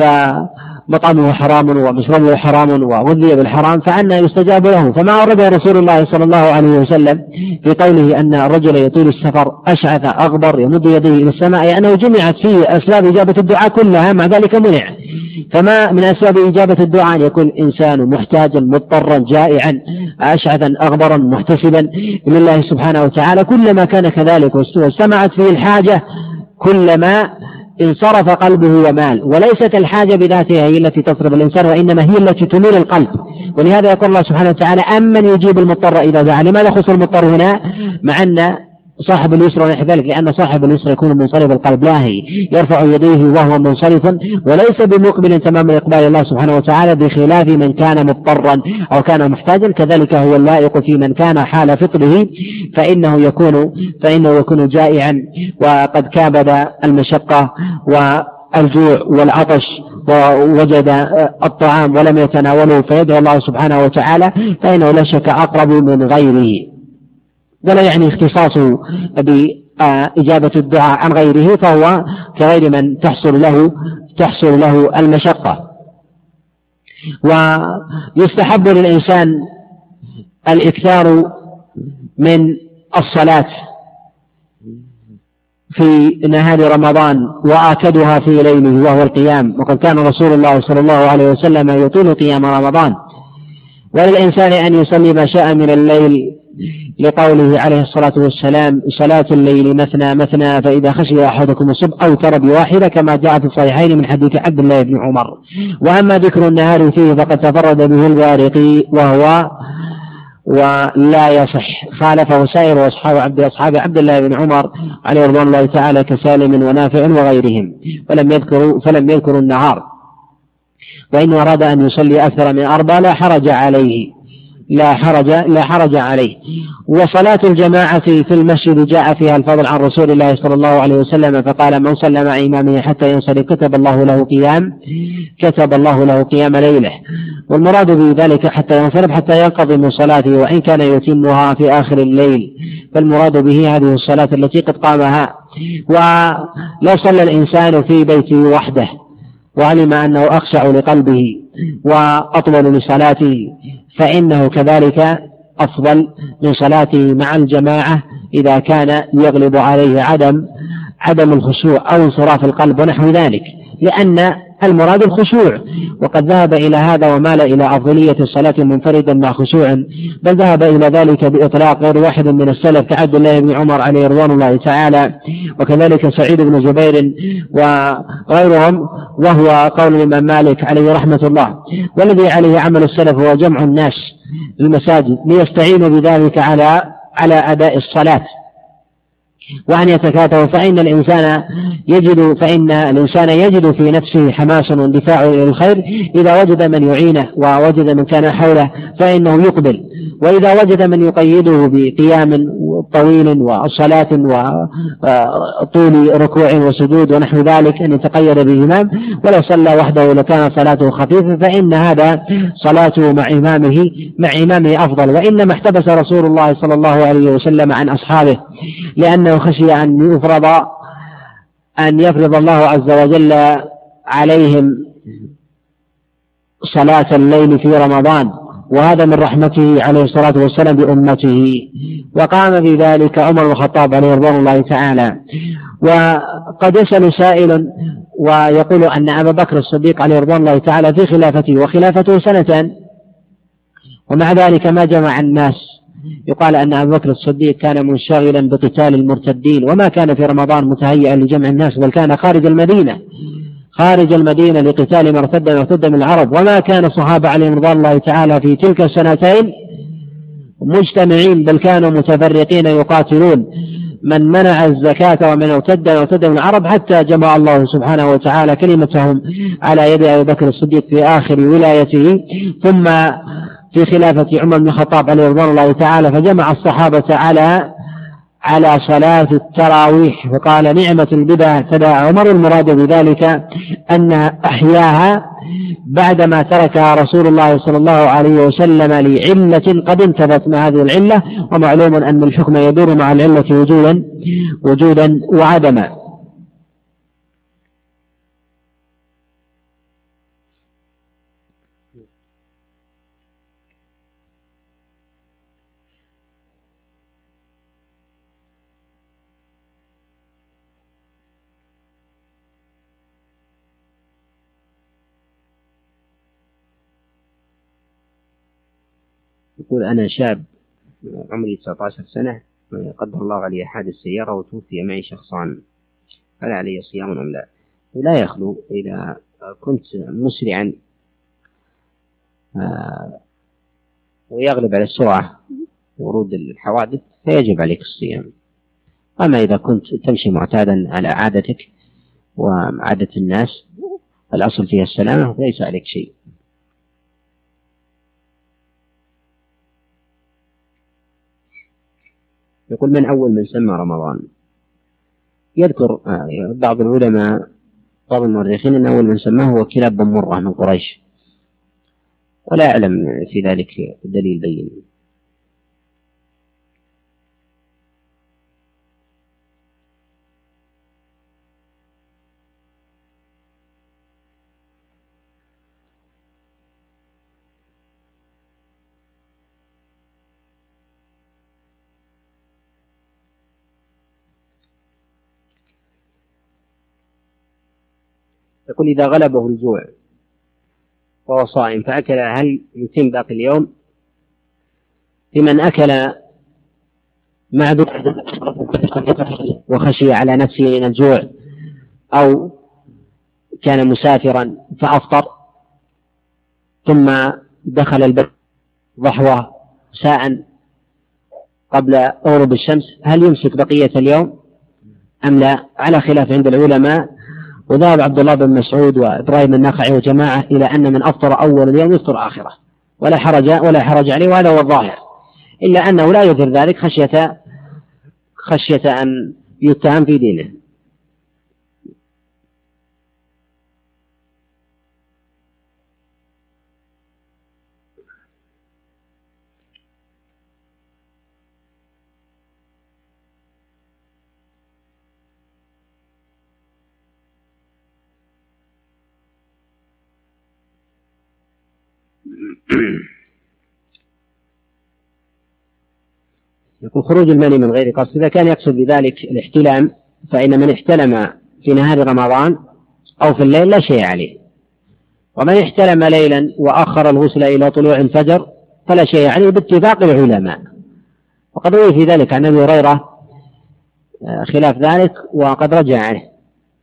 مطعمه حرام ومشربه حرام وغذي بالحرام، فأنى يستجاب له. فما أورده رسول الله صلى الله عليه وسلم في قوله أن الرجل يطيل السفر أشعث أغبر يمد يديه إلى السماء، أي أنه جمعت فيه أسباب إجابة الدعاء كلها، مع ذلك منع. فما من أسباب إجابة الدعاء أن يكون إنسان محتاجا مضطرا جائعا أشعثا أغبرا محتسبا لله سبحانه وتعالى. كلما كان كذلك واستمعت فيه الحاجة كلما انصرف قلبه ومال. وليست الحاجة بذاتها هي التي تصرف الإنسان، وإنما هي التي تميل القلب. ولهذا يقول الله سبحانه وتعالى: أمن يجيب المضطر إذا دعا. لماذا خص المضطر هنا مع أن صاحب اليسر ونحو ذلك؟ لأن صاحب اليسر يكون منصرف القلب لاهي يرفع يديه وهو منصرف وليس بمقبل تمام إقبال الله سبحانه وتعالى، بخلاف من كان مضطرا أو كان محتاجا. كذلك هو اللائق في من كان حال فطره فإنه يكون جائعا وقد كابد المشقة والجوع والعطش ووجد الطعام ولم يتناوله فيدعو الله سبحانه وتعالى، فإنه لا شك أقرب من غيره. ولا يعني اختصاصه بإجابة الدعاء عن غيره، فهو كغير من تحصل له المشقة. ويستحب للإنسان الإكثار من الصلاة في نهار رمضان وآكدها في ليله وهو القيام، وقد كان رسول الله صلى الله عليه وسلم يطيل قيام رمضان. وللإنسان أن يصلي ما شاء من الليل، لقوله عليه الصلاة والسلام: صلاة الليل مثنى مثنى فإذا خشي أحدكم الصبح أوتر بواحدة، كما جاء في الصحيحين من حديث عبد الله بن عمر. وأما ذكر النهار فيه فقد تفرد به البارقي ولا يصح، خالفه سائر أصحاب عبد الله بن عمر عليه رضوان الله تعالى كسالم ونافع وغيرهم، فلم يذكروا النهار. وإن أراد أن يصلي أكثر من 4 لا حرج عليه، لا حرج عليه. وصلاة الجماعة في المسجد جاء فيها الفضل عن رسول الله صلى الله عليه وسلم فقال: من صلى مع إمامه حتى ينصرف كتب الله له قيام ليله. والمراد بذلك حتى ينصرف حتى ينقضي من صلاته، وإن كان يتمها في آخر الليل، فالمراد به هذه الصلاة التي قد قامها. ولو صلى الإنسان في بيته وحده وعلم أنه أخشع لقلبه وأطول لصلاته فإنه كذلك أفضل من صلاته مع الجماعة إذا كان يغلب عليه عدم الخشوع أو انصراف القلب ونحو ذلك، لأن المراد الخشوع. وقد ذهب إلى هذا ومال إلى أفضلية الصلاة منفردا مع خشوع، بل ذهب إلى ذلك بإطلاق غير واحد من السلف كعبد الله بن عمر عليه رضوان الله تعالى، وكذلك سعيد بن جبير وغيرهم، وهو قول الإمام مالك عليه رحمة الله. والذي عليه عمل السلف هو جمع الناس للمساجد ليستعينوا بذلك على أداء الصلاة وأن يتكاتفوا، فإن الإنسان يجد في نفسه حماس واندفاع إلى الخير إذا وجد من يعينه ووجد من كان حوله فإنه يقبل، وإذا وجد من يقيده بقيام طويل وصلاة وطول ركوع وسجود ونحو ذلك أن يتقيد بالإمام، ولو صلى وحده لكان صلاته خفيفة، فإن هذا صلاته مع إمامه أفضل. وإنما احتبس رسول الله صلى الله عليه وسلم عن أصحابه لأنه خشي أن يفرض الله عز وجل عليهم صلاة الليل في رمضان، وهذا من رحمته عليه الصلاة والسلام بأمته. وقام بذلك عمر بن الخطاب عليه رضوان الله تعالى. وقد يسأل سائل ويقول أن أبا بكر الصديق عليه رضوان الله تعالى في خلافته وخلافته سنتان، ومع ذلك ما جمع الناس. يقال أن أبا بكر الصديق كان منشغلا بقتال المرتدين، وما كان في رمضان متهيئا لجمع الناس، بل كان خارج المدينة لقتال مرتد من العرب. وما كان الصحابة عليهم رضوان الله تعالى في تلك السنتين مجتمعين، بل كانوا متفرقين يقاتلون من منع الزكاة ومن ارتد من العرب، حتى جمع الله سبحانه وتعالى كلمتهم على يد أبي بكر الصديق في آخر ولايته. ثم في خلافة عمر بن الخطاب عليه رضوان الله تعالى فجمع الصحابة على صلاة التراويح، وقال: نعمة البدعة ابتدع عمر. المراد بذلك أن أحياها بعدما تركها رسول الله صلى الله عليه وسلم لعلة قد انتفت مع هذه العلة، ومعلوم أن الحكم يدور مع العلة وجودا وعدما. يقول: أنا شاب عمري 19 سنة، قدر الله علي حادث سيارة وتوفي معي شخصان، هل علي صيام أم لا؟ لا يخلو إذا كنت مسرعا ويغلب على السرعة ورود الحوادث فيجب عليك الصيام. أما إذا كنت تمشي معتادا على عادتك وعادة الناس الأصل فيها السلامة فليس عليك شيء. يقول: من أول من سمى رمضان؟ يذكر بعض العلماء بعض المؤرخين أن أول من سماه هو كلاب بن مرة من قريش، ولا أعلم في ذلك دليل بين. يقول: إذا غلبه الجوع وهو صائم فأكل هل يتم باقي اليوم؟ لمن أكل معذور وخشي على نفسه من الجوع أو كان مسافرا فأفطر ثم دخل البيت ضحوة ساعة قبل غروب الشمس، هل يمسك بقية اليوم أم لا؟ على خلاف عند العلماء. وذهب عبد الله بن مسعود وإبراهيم النخعي وجماعة إلى أن من أفطر أول اليوم يفطر آخره، ولا حرج عليه، وهذا هو الظاهر، إلا أنه لا يظهر ذلك خشية أن يتهم في دينه. يكون خروج المني من غير قصد، إذا كان يقصد بذلك الاحتلام، فإن من احتلم في نهار رمضان أو في الليل لا شيء عليه، ومن احتلم ليلا وأخر الغسل إلى طلوع الفجر فلا شيء عليه باتفاق العلماء. وقد روي في ذلك عن أبي هريرة خلاف ذلك وقد رجع عنه.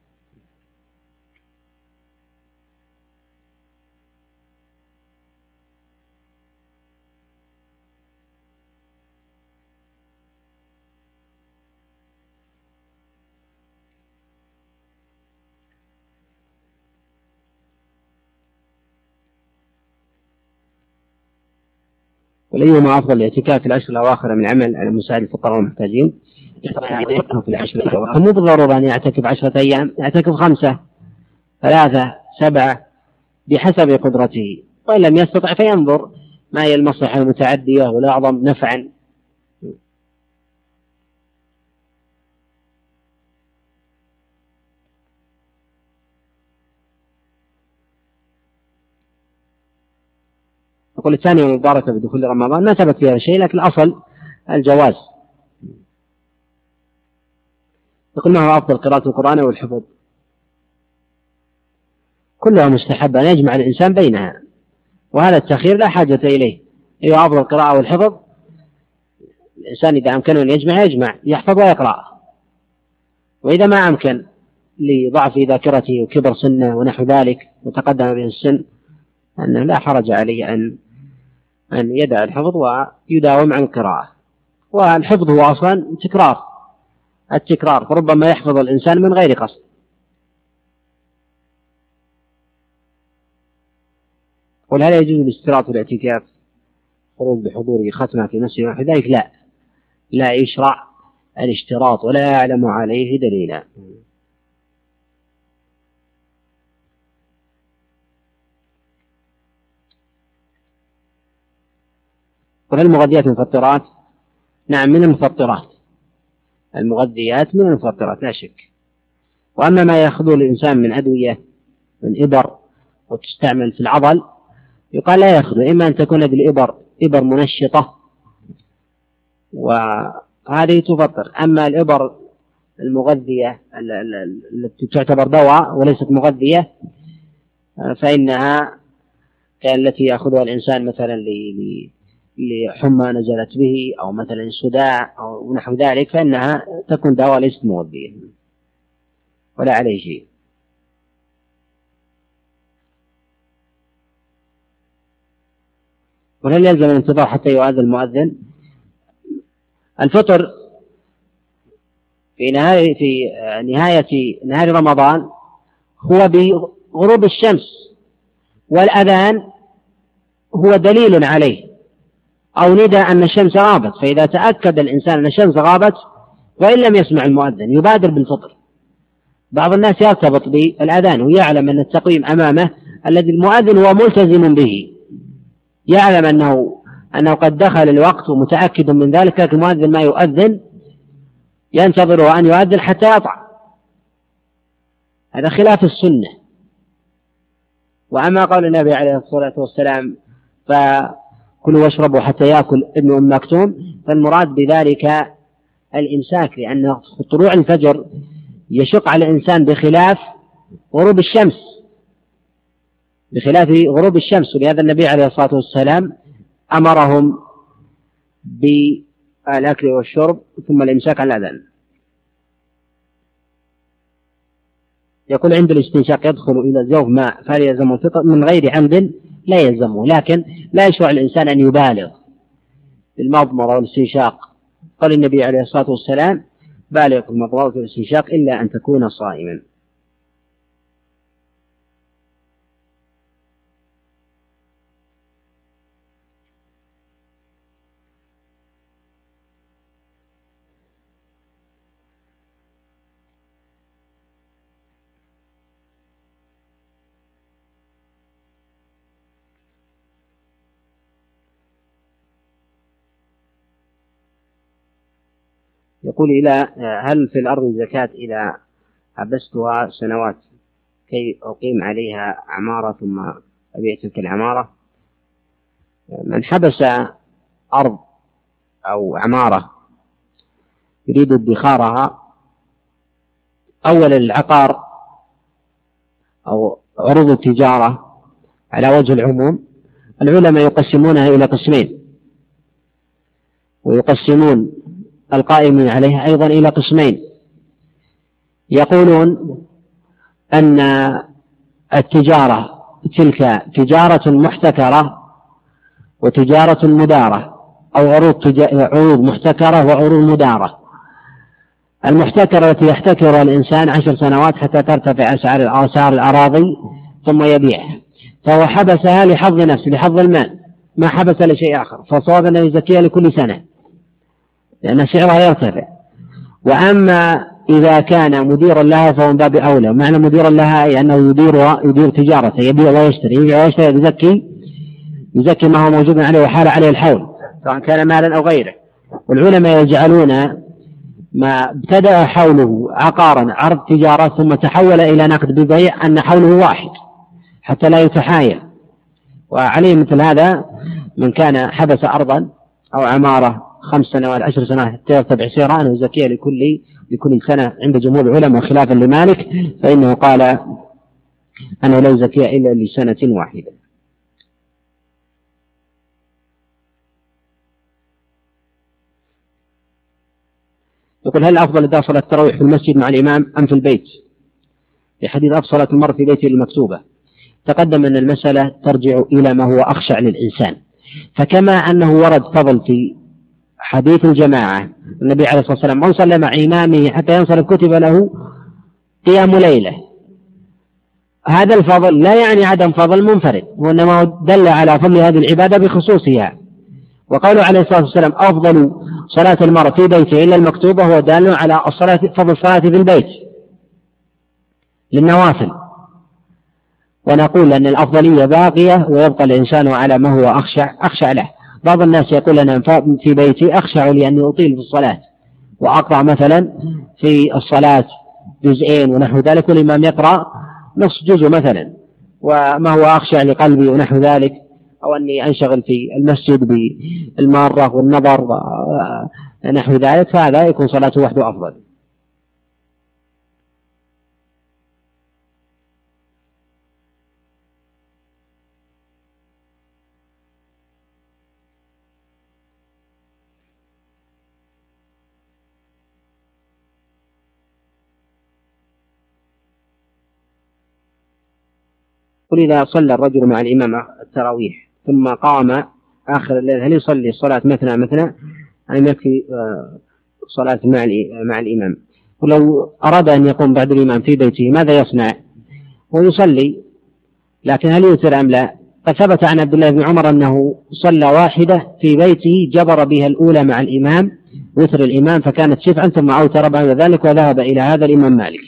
وليهما أفضل الاعتكاف في العشر الأواخر من عمل على مساعد الفقراء والمحتاجين في العشر الأواخر، مو بالضرورة أن يعتكف 10 أيام، يعتكف 5 3 7 بحسب قدرته، وإن لم يستطع فينظر ما هي المصلحة المتعدية والأعظم نفعا. يقول الثانية المباركة بدخول رمضان ما ثبت فيها شيء، لكن الأصل الجواز. يقول ما هو أفضل، قراءة القرآن أو الحفظ؟ كلها مستحبة، أن يجمع الإنسان بينها، وهذا التأخير لا حاجة إليه. إذا أفضل القراءة والحفظ، الإنسان إذا أمكنه أن يجمع يحفظ ويقرأ، وإذا ما أمكن لضعف ذاكرته وكبر سنه ونحو ذلك وتقدم به السن أنه لا حرج عليه أن يدع الحفظ ويداوم عن القراءة. والحفظ هو أصلا التكرار، فربما يحفظ الإنسان من غير قصد. قل هل يجوز الاشتراط والاعتكاف خروج بحضور ختمة في مسجد ونحو ذلك؟ لا يشرع الاشتراط ولا يعلم عليه دليلا. قل المغذيات مفطرات؟ نعم، من المفطرات، المغذيات من المفطرات لا شك. وأما ما يأخذه الإنسان من أدوية من إبر وتستعمل في العضل يقال لا يأخذه، إما أن تكون بالإبر إبر منشطة وهذه تفطر، أما الإبر المغذية التي تعتبر دواء وليست مغذية فإنها التي يأخذها الإنسان مثلا لحمى نزلت به أو مثلا صداع أو نحو ذلك، فإنها تكون دواء ليست مغذية ولا عليه شيء. وهل يلزم الانتظار حتى يؤذن المؤذن؟ الفطر في نهاية نهار رمضان هو بغروب الشمس، والأذان هو دليل عليه أو ندى أن الشمس غابت، فإذا تأكد الإنسان أن الشمس غابت وإن لم يسمع المؤذن يبادر بالفطر. بعض الناس يرتبط بالأذان ويعلم أن التقويم أمامه الذي المؤذن هو ملتزم به، يعلم أنه قد دخل الوقت ومتأكد من ذلك، لكن المؤذن ما يؤذن، ينتظره أن يؤذن حتى يطع. هذا خلاف السنة. وأما قول النبي عليه الصلاة والسلام فكلوا واشربوا حتى يأكل ابن أم مكتوم، فالمراد بذلك الإمساك، لأن طلوع الفجر يشق على الإنسان بخلاف غروب الشمس، ولهذا النبي عليه الصلاة والسلام أمرهم بالأكل والشرب ثم الإمساك عن الأذان. يقول عند الاستنشاق يدخل إلى الجوف ماء فهل يلزم الفطر؟ من غير عمد لا يلزمه، لكن لا يشرع الإنسان أن يبالغ بالمضمضة والاستنشاق. قال النبي عليه الصلاة والسلام بالغ في المضمضة والاستنشاق إلا أن تكون صائما. يقول هل في الأرض زكاة إذا حبستها سنوات كي أقيم عليها عمارة ثم أبيع تلك العمارة؟ من حبس أرض أو عمارة يريد ادخارها، أولا العقار أو عروض التجارة على وجه العموم العلماء يقسمونها إلى قسمين، ويقسمون القائمين عليها أيضا إلى قسمين. يقولون أن التجارة تلك تجارة محتكرة وتجارة مدارة، أو عروض محتكرة وعروض مدارة. المحتكرة التي يحتكرها الإنسان 10 سنوات حتى ترتفع أسعار الأراضي ثم يبيعها، فهو حبسها لحظ نفسه لحظ المال، ما حبس لشيء آخر، فصواب أن يزكيها لكل سنة لأن سعرها يرتفع. وأما إذا كان مديرا لها فهو من باب أولى، معنى مديرا لها أي أنه يدير تجارته، يبيع ويشتري يزكي ما هو موجود عليه وحال عليه الحول سواء كان مالا أو غيره. والعلماء يجعلون ما ابتدأ حوله عقارا عرض تجارة ثم تحول إلى نقد ببيع أن حوله واحد حتى لا يتحايل. وعليه مثل هذا من كان حبس أرضا أو عمارة 5 سنوات 10 سنوات حتى يرتفع سعرها أنه يزكيها لكل سنة عند جمهور العلماء، خلافا لمالك فإنه قال أنه لا يزكيها إلا لسنة واحدة. يقول هل أفضل إذا صلى التراويح في المسجد مع الإمام أم في البيت؟ في حديث أفصلت المرء في بيته المكتوبة. تقدم أن المسألة ترجع إلى ما هو أخشع للإنسان، فكما أنه ورد فضل في حديث الجماعة النبي عليه الصلاة والسلام من صلى مع إمامه حتى ينصرف كتب له قيام ليلة، هذا الفضل لا يعني عدم فضل منفرد، وإنما دل على فضل هذه العبادة بخصوصها. وقوله عليه الصلاة والسلام أفضل صلاة المرء في بيته إلا المكتوبة هو دال على فضل الصلاة في البيت للنوافل. ونقول أن الأفضلية باقية ويبقى الإنسان على ما هو أخشع له. بعض الناس يقول أنا في بيتي أخشع لأني أطيل في الصلاة وأقرأ مثلا في الصلاة جزئين ونحو ذلك، والإمام يقرأ نصف جزء مثلا، وما هو أخشع لقلبي ونحو ذلك، أو أني أنشغل في المسجد بالمارة والنظر ونحو ذلك، فهذا يكون صلاته وحده أفضل. قل إذا صلى الرجل مع الإمام التراويح ثم قام آخر الليل هل يصلي الصلاة مثنى أم يكفي صلاة مع الإمام؟ ولو أراد أن يقوم بعد الإمام في بيته ماذا يصنع؟ ويصلي، لكن هل يوتر أم لا؟ قد ثبت عن عبد الله بن عمر أنه صلى واحدة في بيته جبر بها الأولى مع الإمام وتر الإمام فكانت شفعا ثم أوتر بعد ذلك، وذهب إلى هذا الإمام مالك.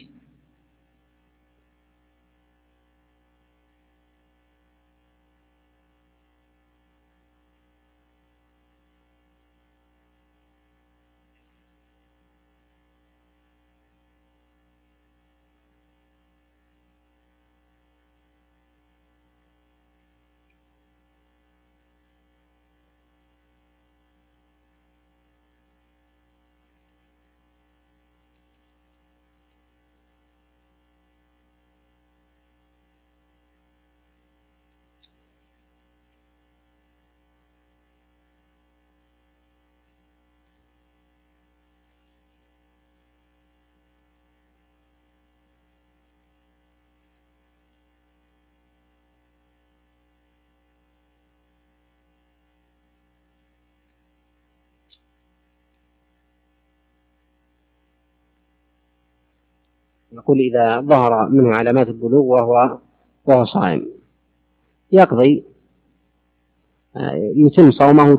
يقول إذا ظهر منه علامات البلوغ وهو صائم يقضي يتم صومه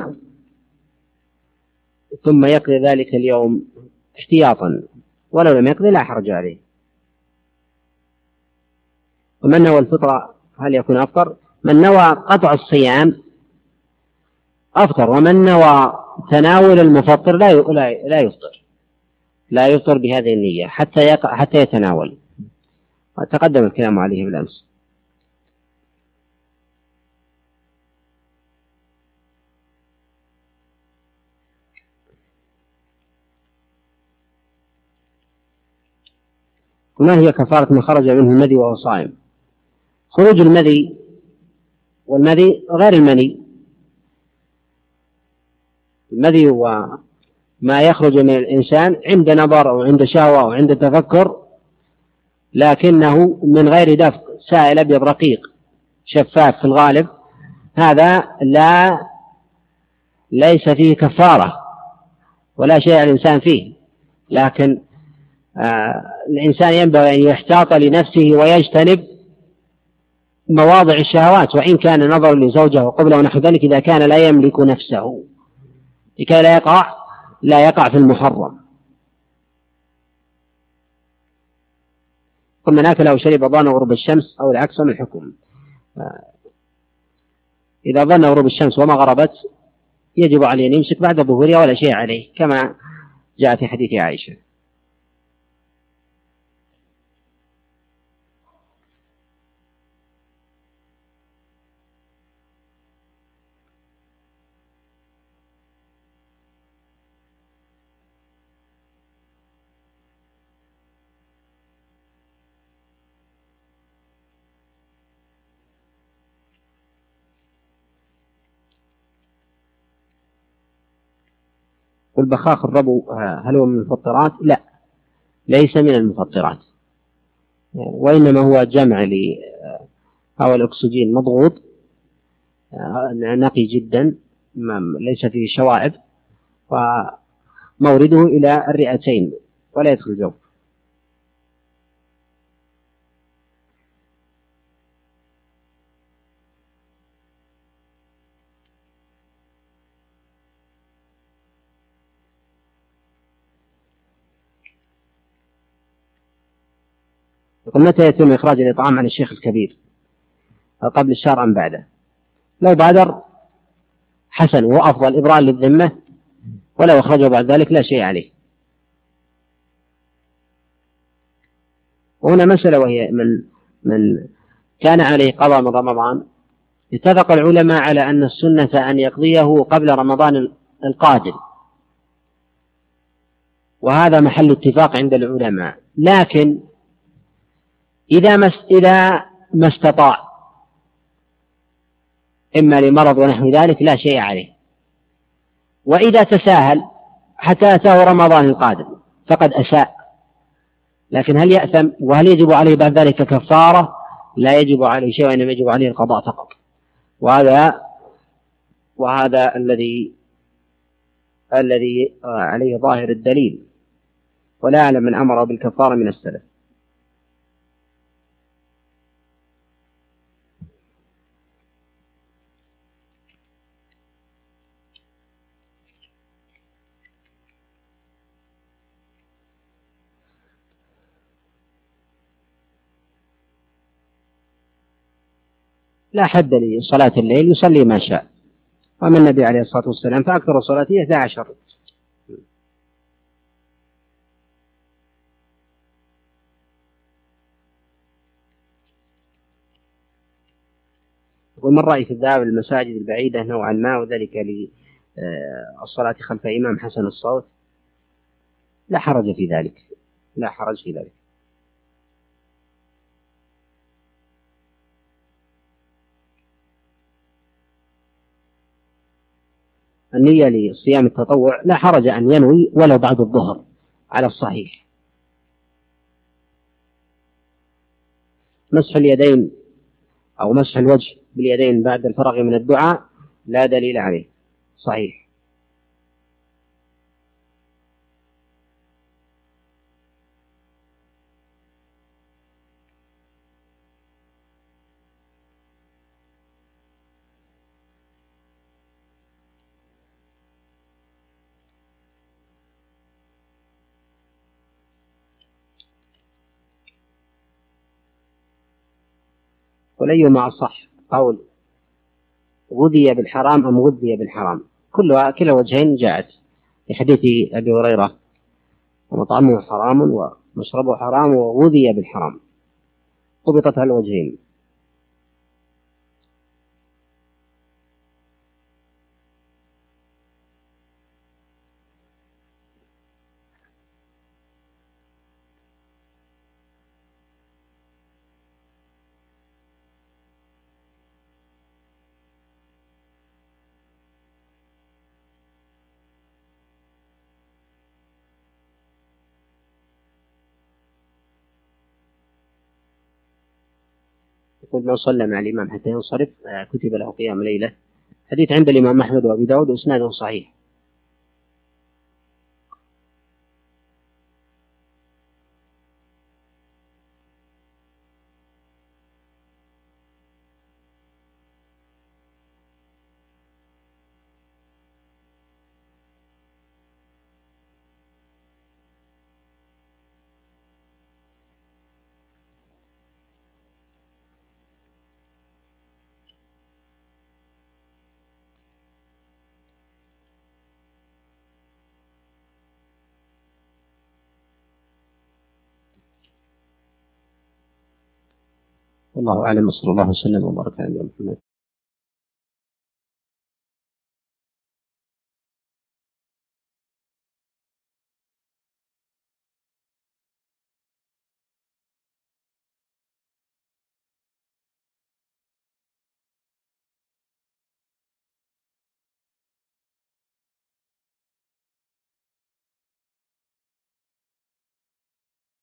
ثم يقضي ذلك اليوم احتياطا، ولو لم يقضي لا حرج عليه. ومن نوى الفطرة هل يكون أفطر؟ من نوى قطع الصيام أفطر، ومن نوى تناول المفطر لا يفطر. لا يفطر بهذه النية حتى يتناول، وتقدم الكلام عليه بالأمس. ما هي كفارة من خرج منه المذي وهو صائم؟ خروج المذي، والمذي غير المني. المذي هو ما يخرج من الإنسان عند نظر أو عند شهوة أو عند تفكر، لكنه من غير دفق، سائل أبيض رقيق شفاف في الغالب، هذا ليس فيه كفارة ولا شيء الإنسان فيه، لكن الإنسان ينبغي أن يحتاط لنفسه ويجتنب مواضع الشهوات، وإن كان نظر لزوجه وقبله ونحو ذلك، إذا كان لا يملك نفسه لكي لا يقع في المحرم. ثم أكل أو شرب ظن غروب الشمس أو العكس من الحكم. إذا ظن غروب الشمس وما غربت يجب عليه أن يمسك بعد ظهورها ولا شيء عليه، كما جاء في حديث عائشة. والبخاخ الربو هل هو من المفطرات؟ لا، ليس من المفطرات، وإنما هو جمع لهواء الأكسجين مضغوط نقي جدا، ليس فيه شوائب، ومورده إلى الرئتين ولا يدخل الجوف. يقول متى يتم إخراج الإطعام عن الشيخ الكبير؟ قبل الشهر أم بعده؟ لو بادر حسن وأفضل إبراء للذمة، ولو أخرجه بعد ذلك لا شيء عليه. وهنا مسألة، وهي من كان عليه قضاء من رمضان، اتفق العلماء على أن السنة أن يقضيه قبل رمضان القادم، وهذا محل اتفاق عند العلماء، لكن إذا ما استطاع إما لمرض ونحو ذلك لا شيء عليه، وإذا تساهل حتى أتاه رمضان القادم فقد أساء. لكن هل يأثم وهل يجب عليه بعد ذلك كفارة؟ لا يجب عليه شيء، وإنما يجب عليه القضاء فقط. وهذا الذي عليه ظاهر الدليل، ولا أعلم من أمر بالكفارة من السلف. لا حد لصلاة الليل، يصلي ما شاء، ومن النبي عليه الصلاة والسلام فأكثر صلاته 11. ومن رأي في الذهاب للمساجد البعيدة نوعا ما، وذلك للصلاة خلف إمام حسن الصوت، لا حرج في ذلك، لا حرج في ذلك. النية لصيام التطوع لا حرج أن ينوي ولو بعد الظهر على الصحيح. مسح اليدين أو مسح الوجه باليدين بعد الفراغ من الدعاء لا دليل عليه، صحيح. وليهما أصح، قول غذي بالحرام أم غذي بالحرام؟ كلا وجهين جاءت في حديث أبي هريرة ومطعمه حرام ومشربه حرام وغذي بالحرام، ضبطت على الوجهين. يقول لو صلى مع الإمام حتى ينصرف كتب له قيام ليلة. حديث عند الإمام أحمد وأبي داود وإسناده صحيح. والله أعلم، صلى الله وسلم وبارك على محمد.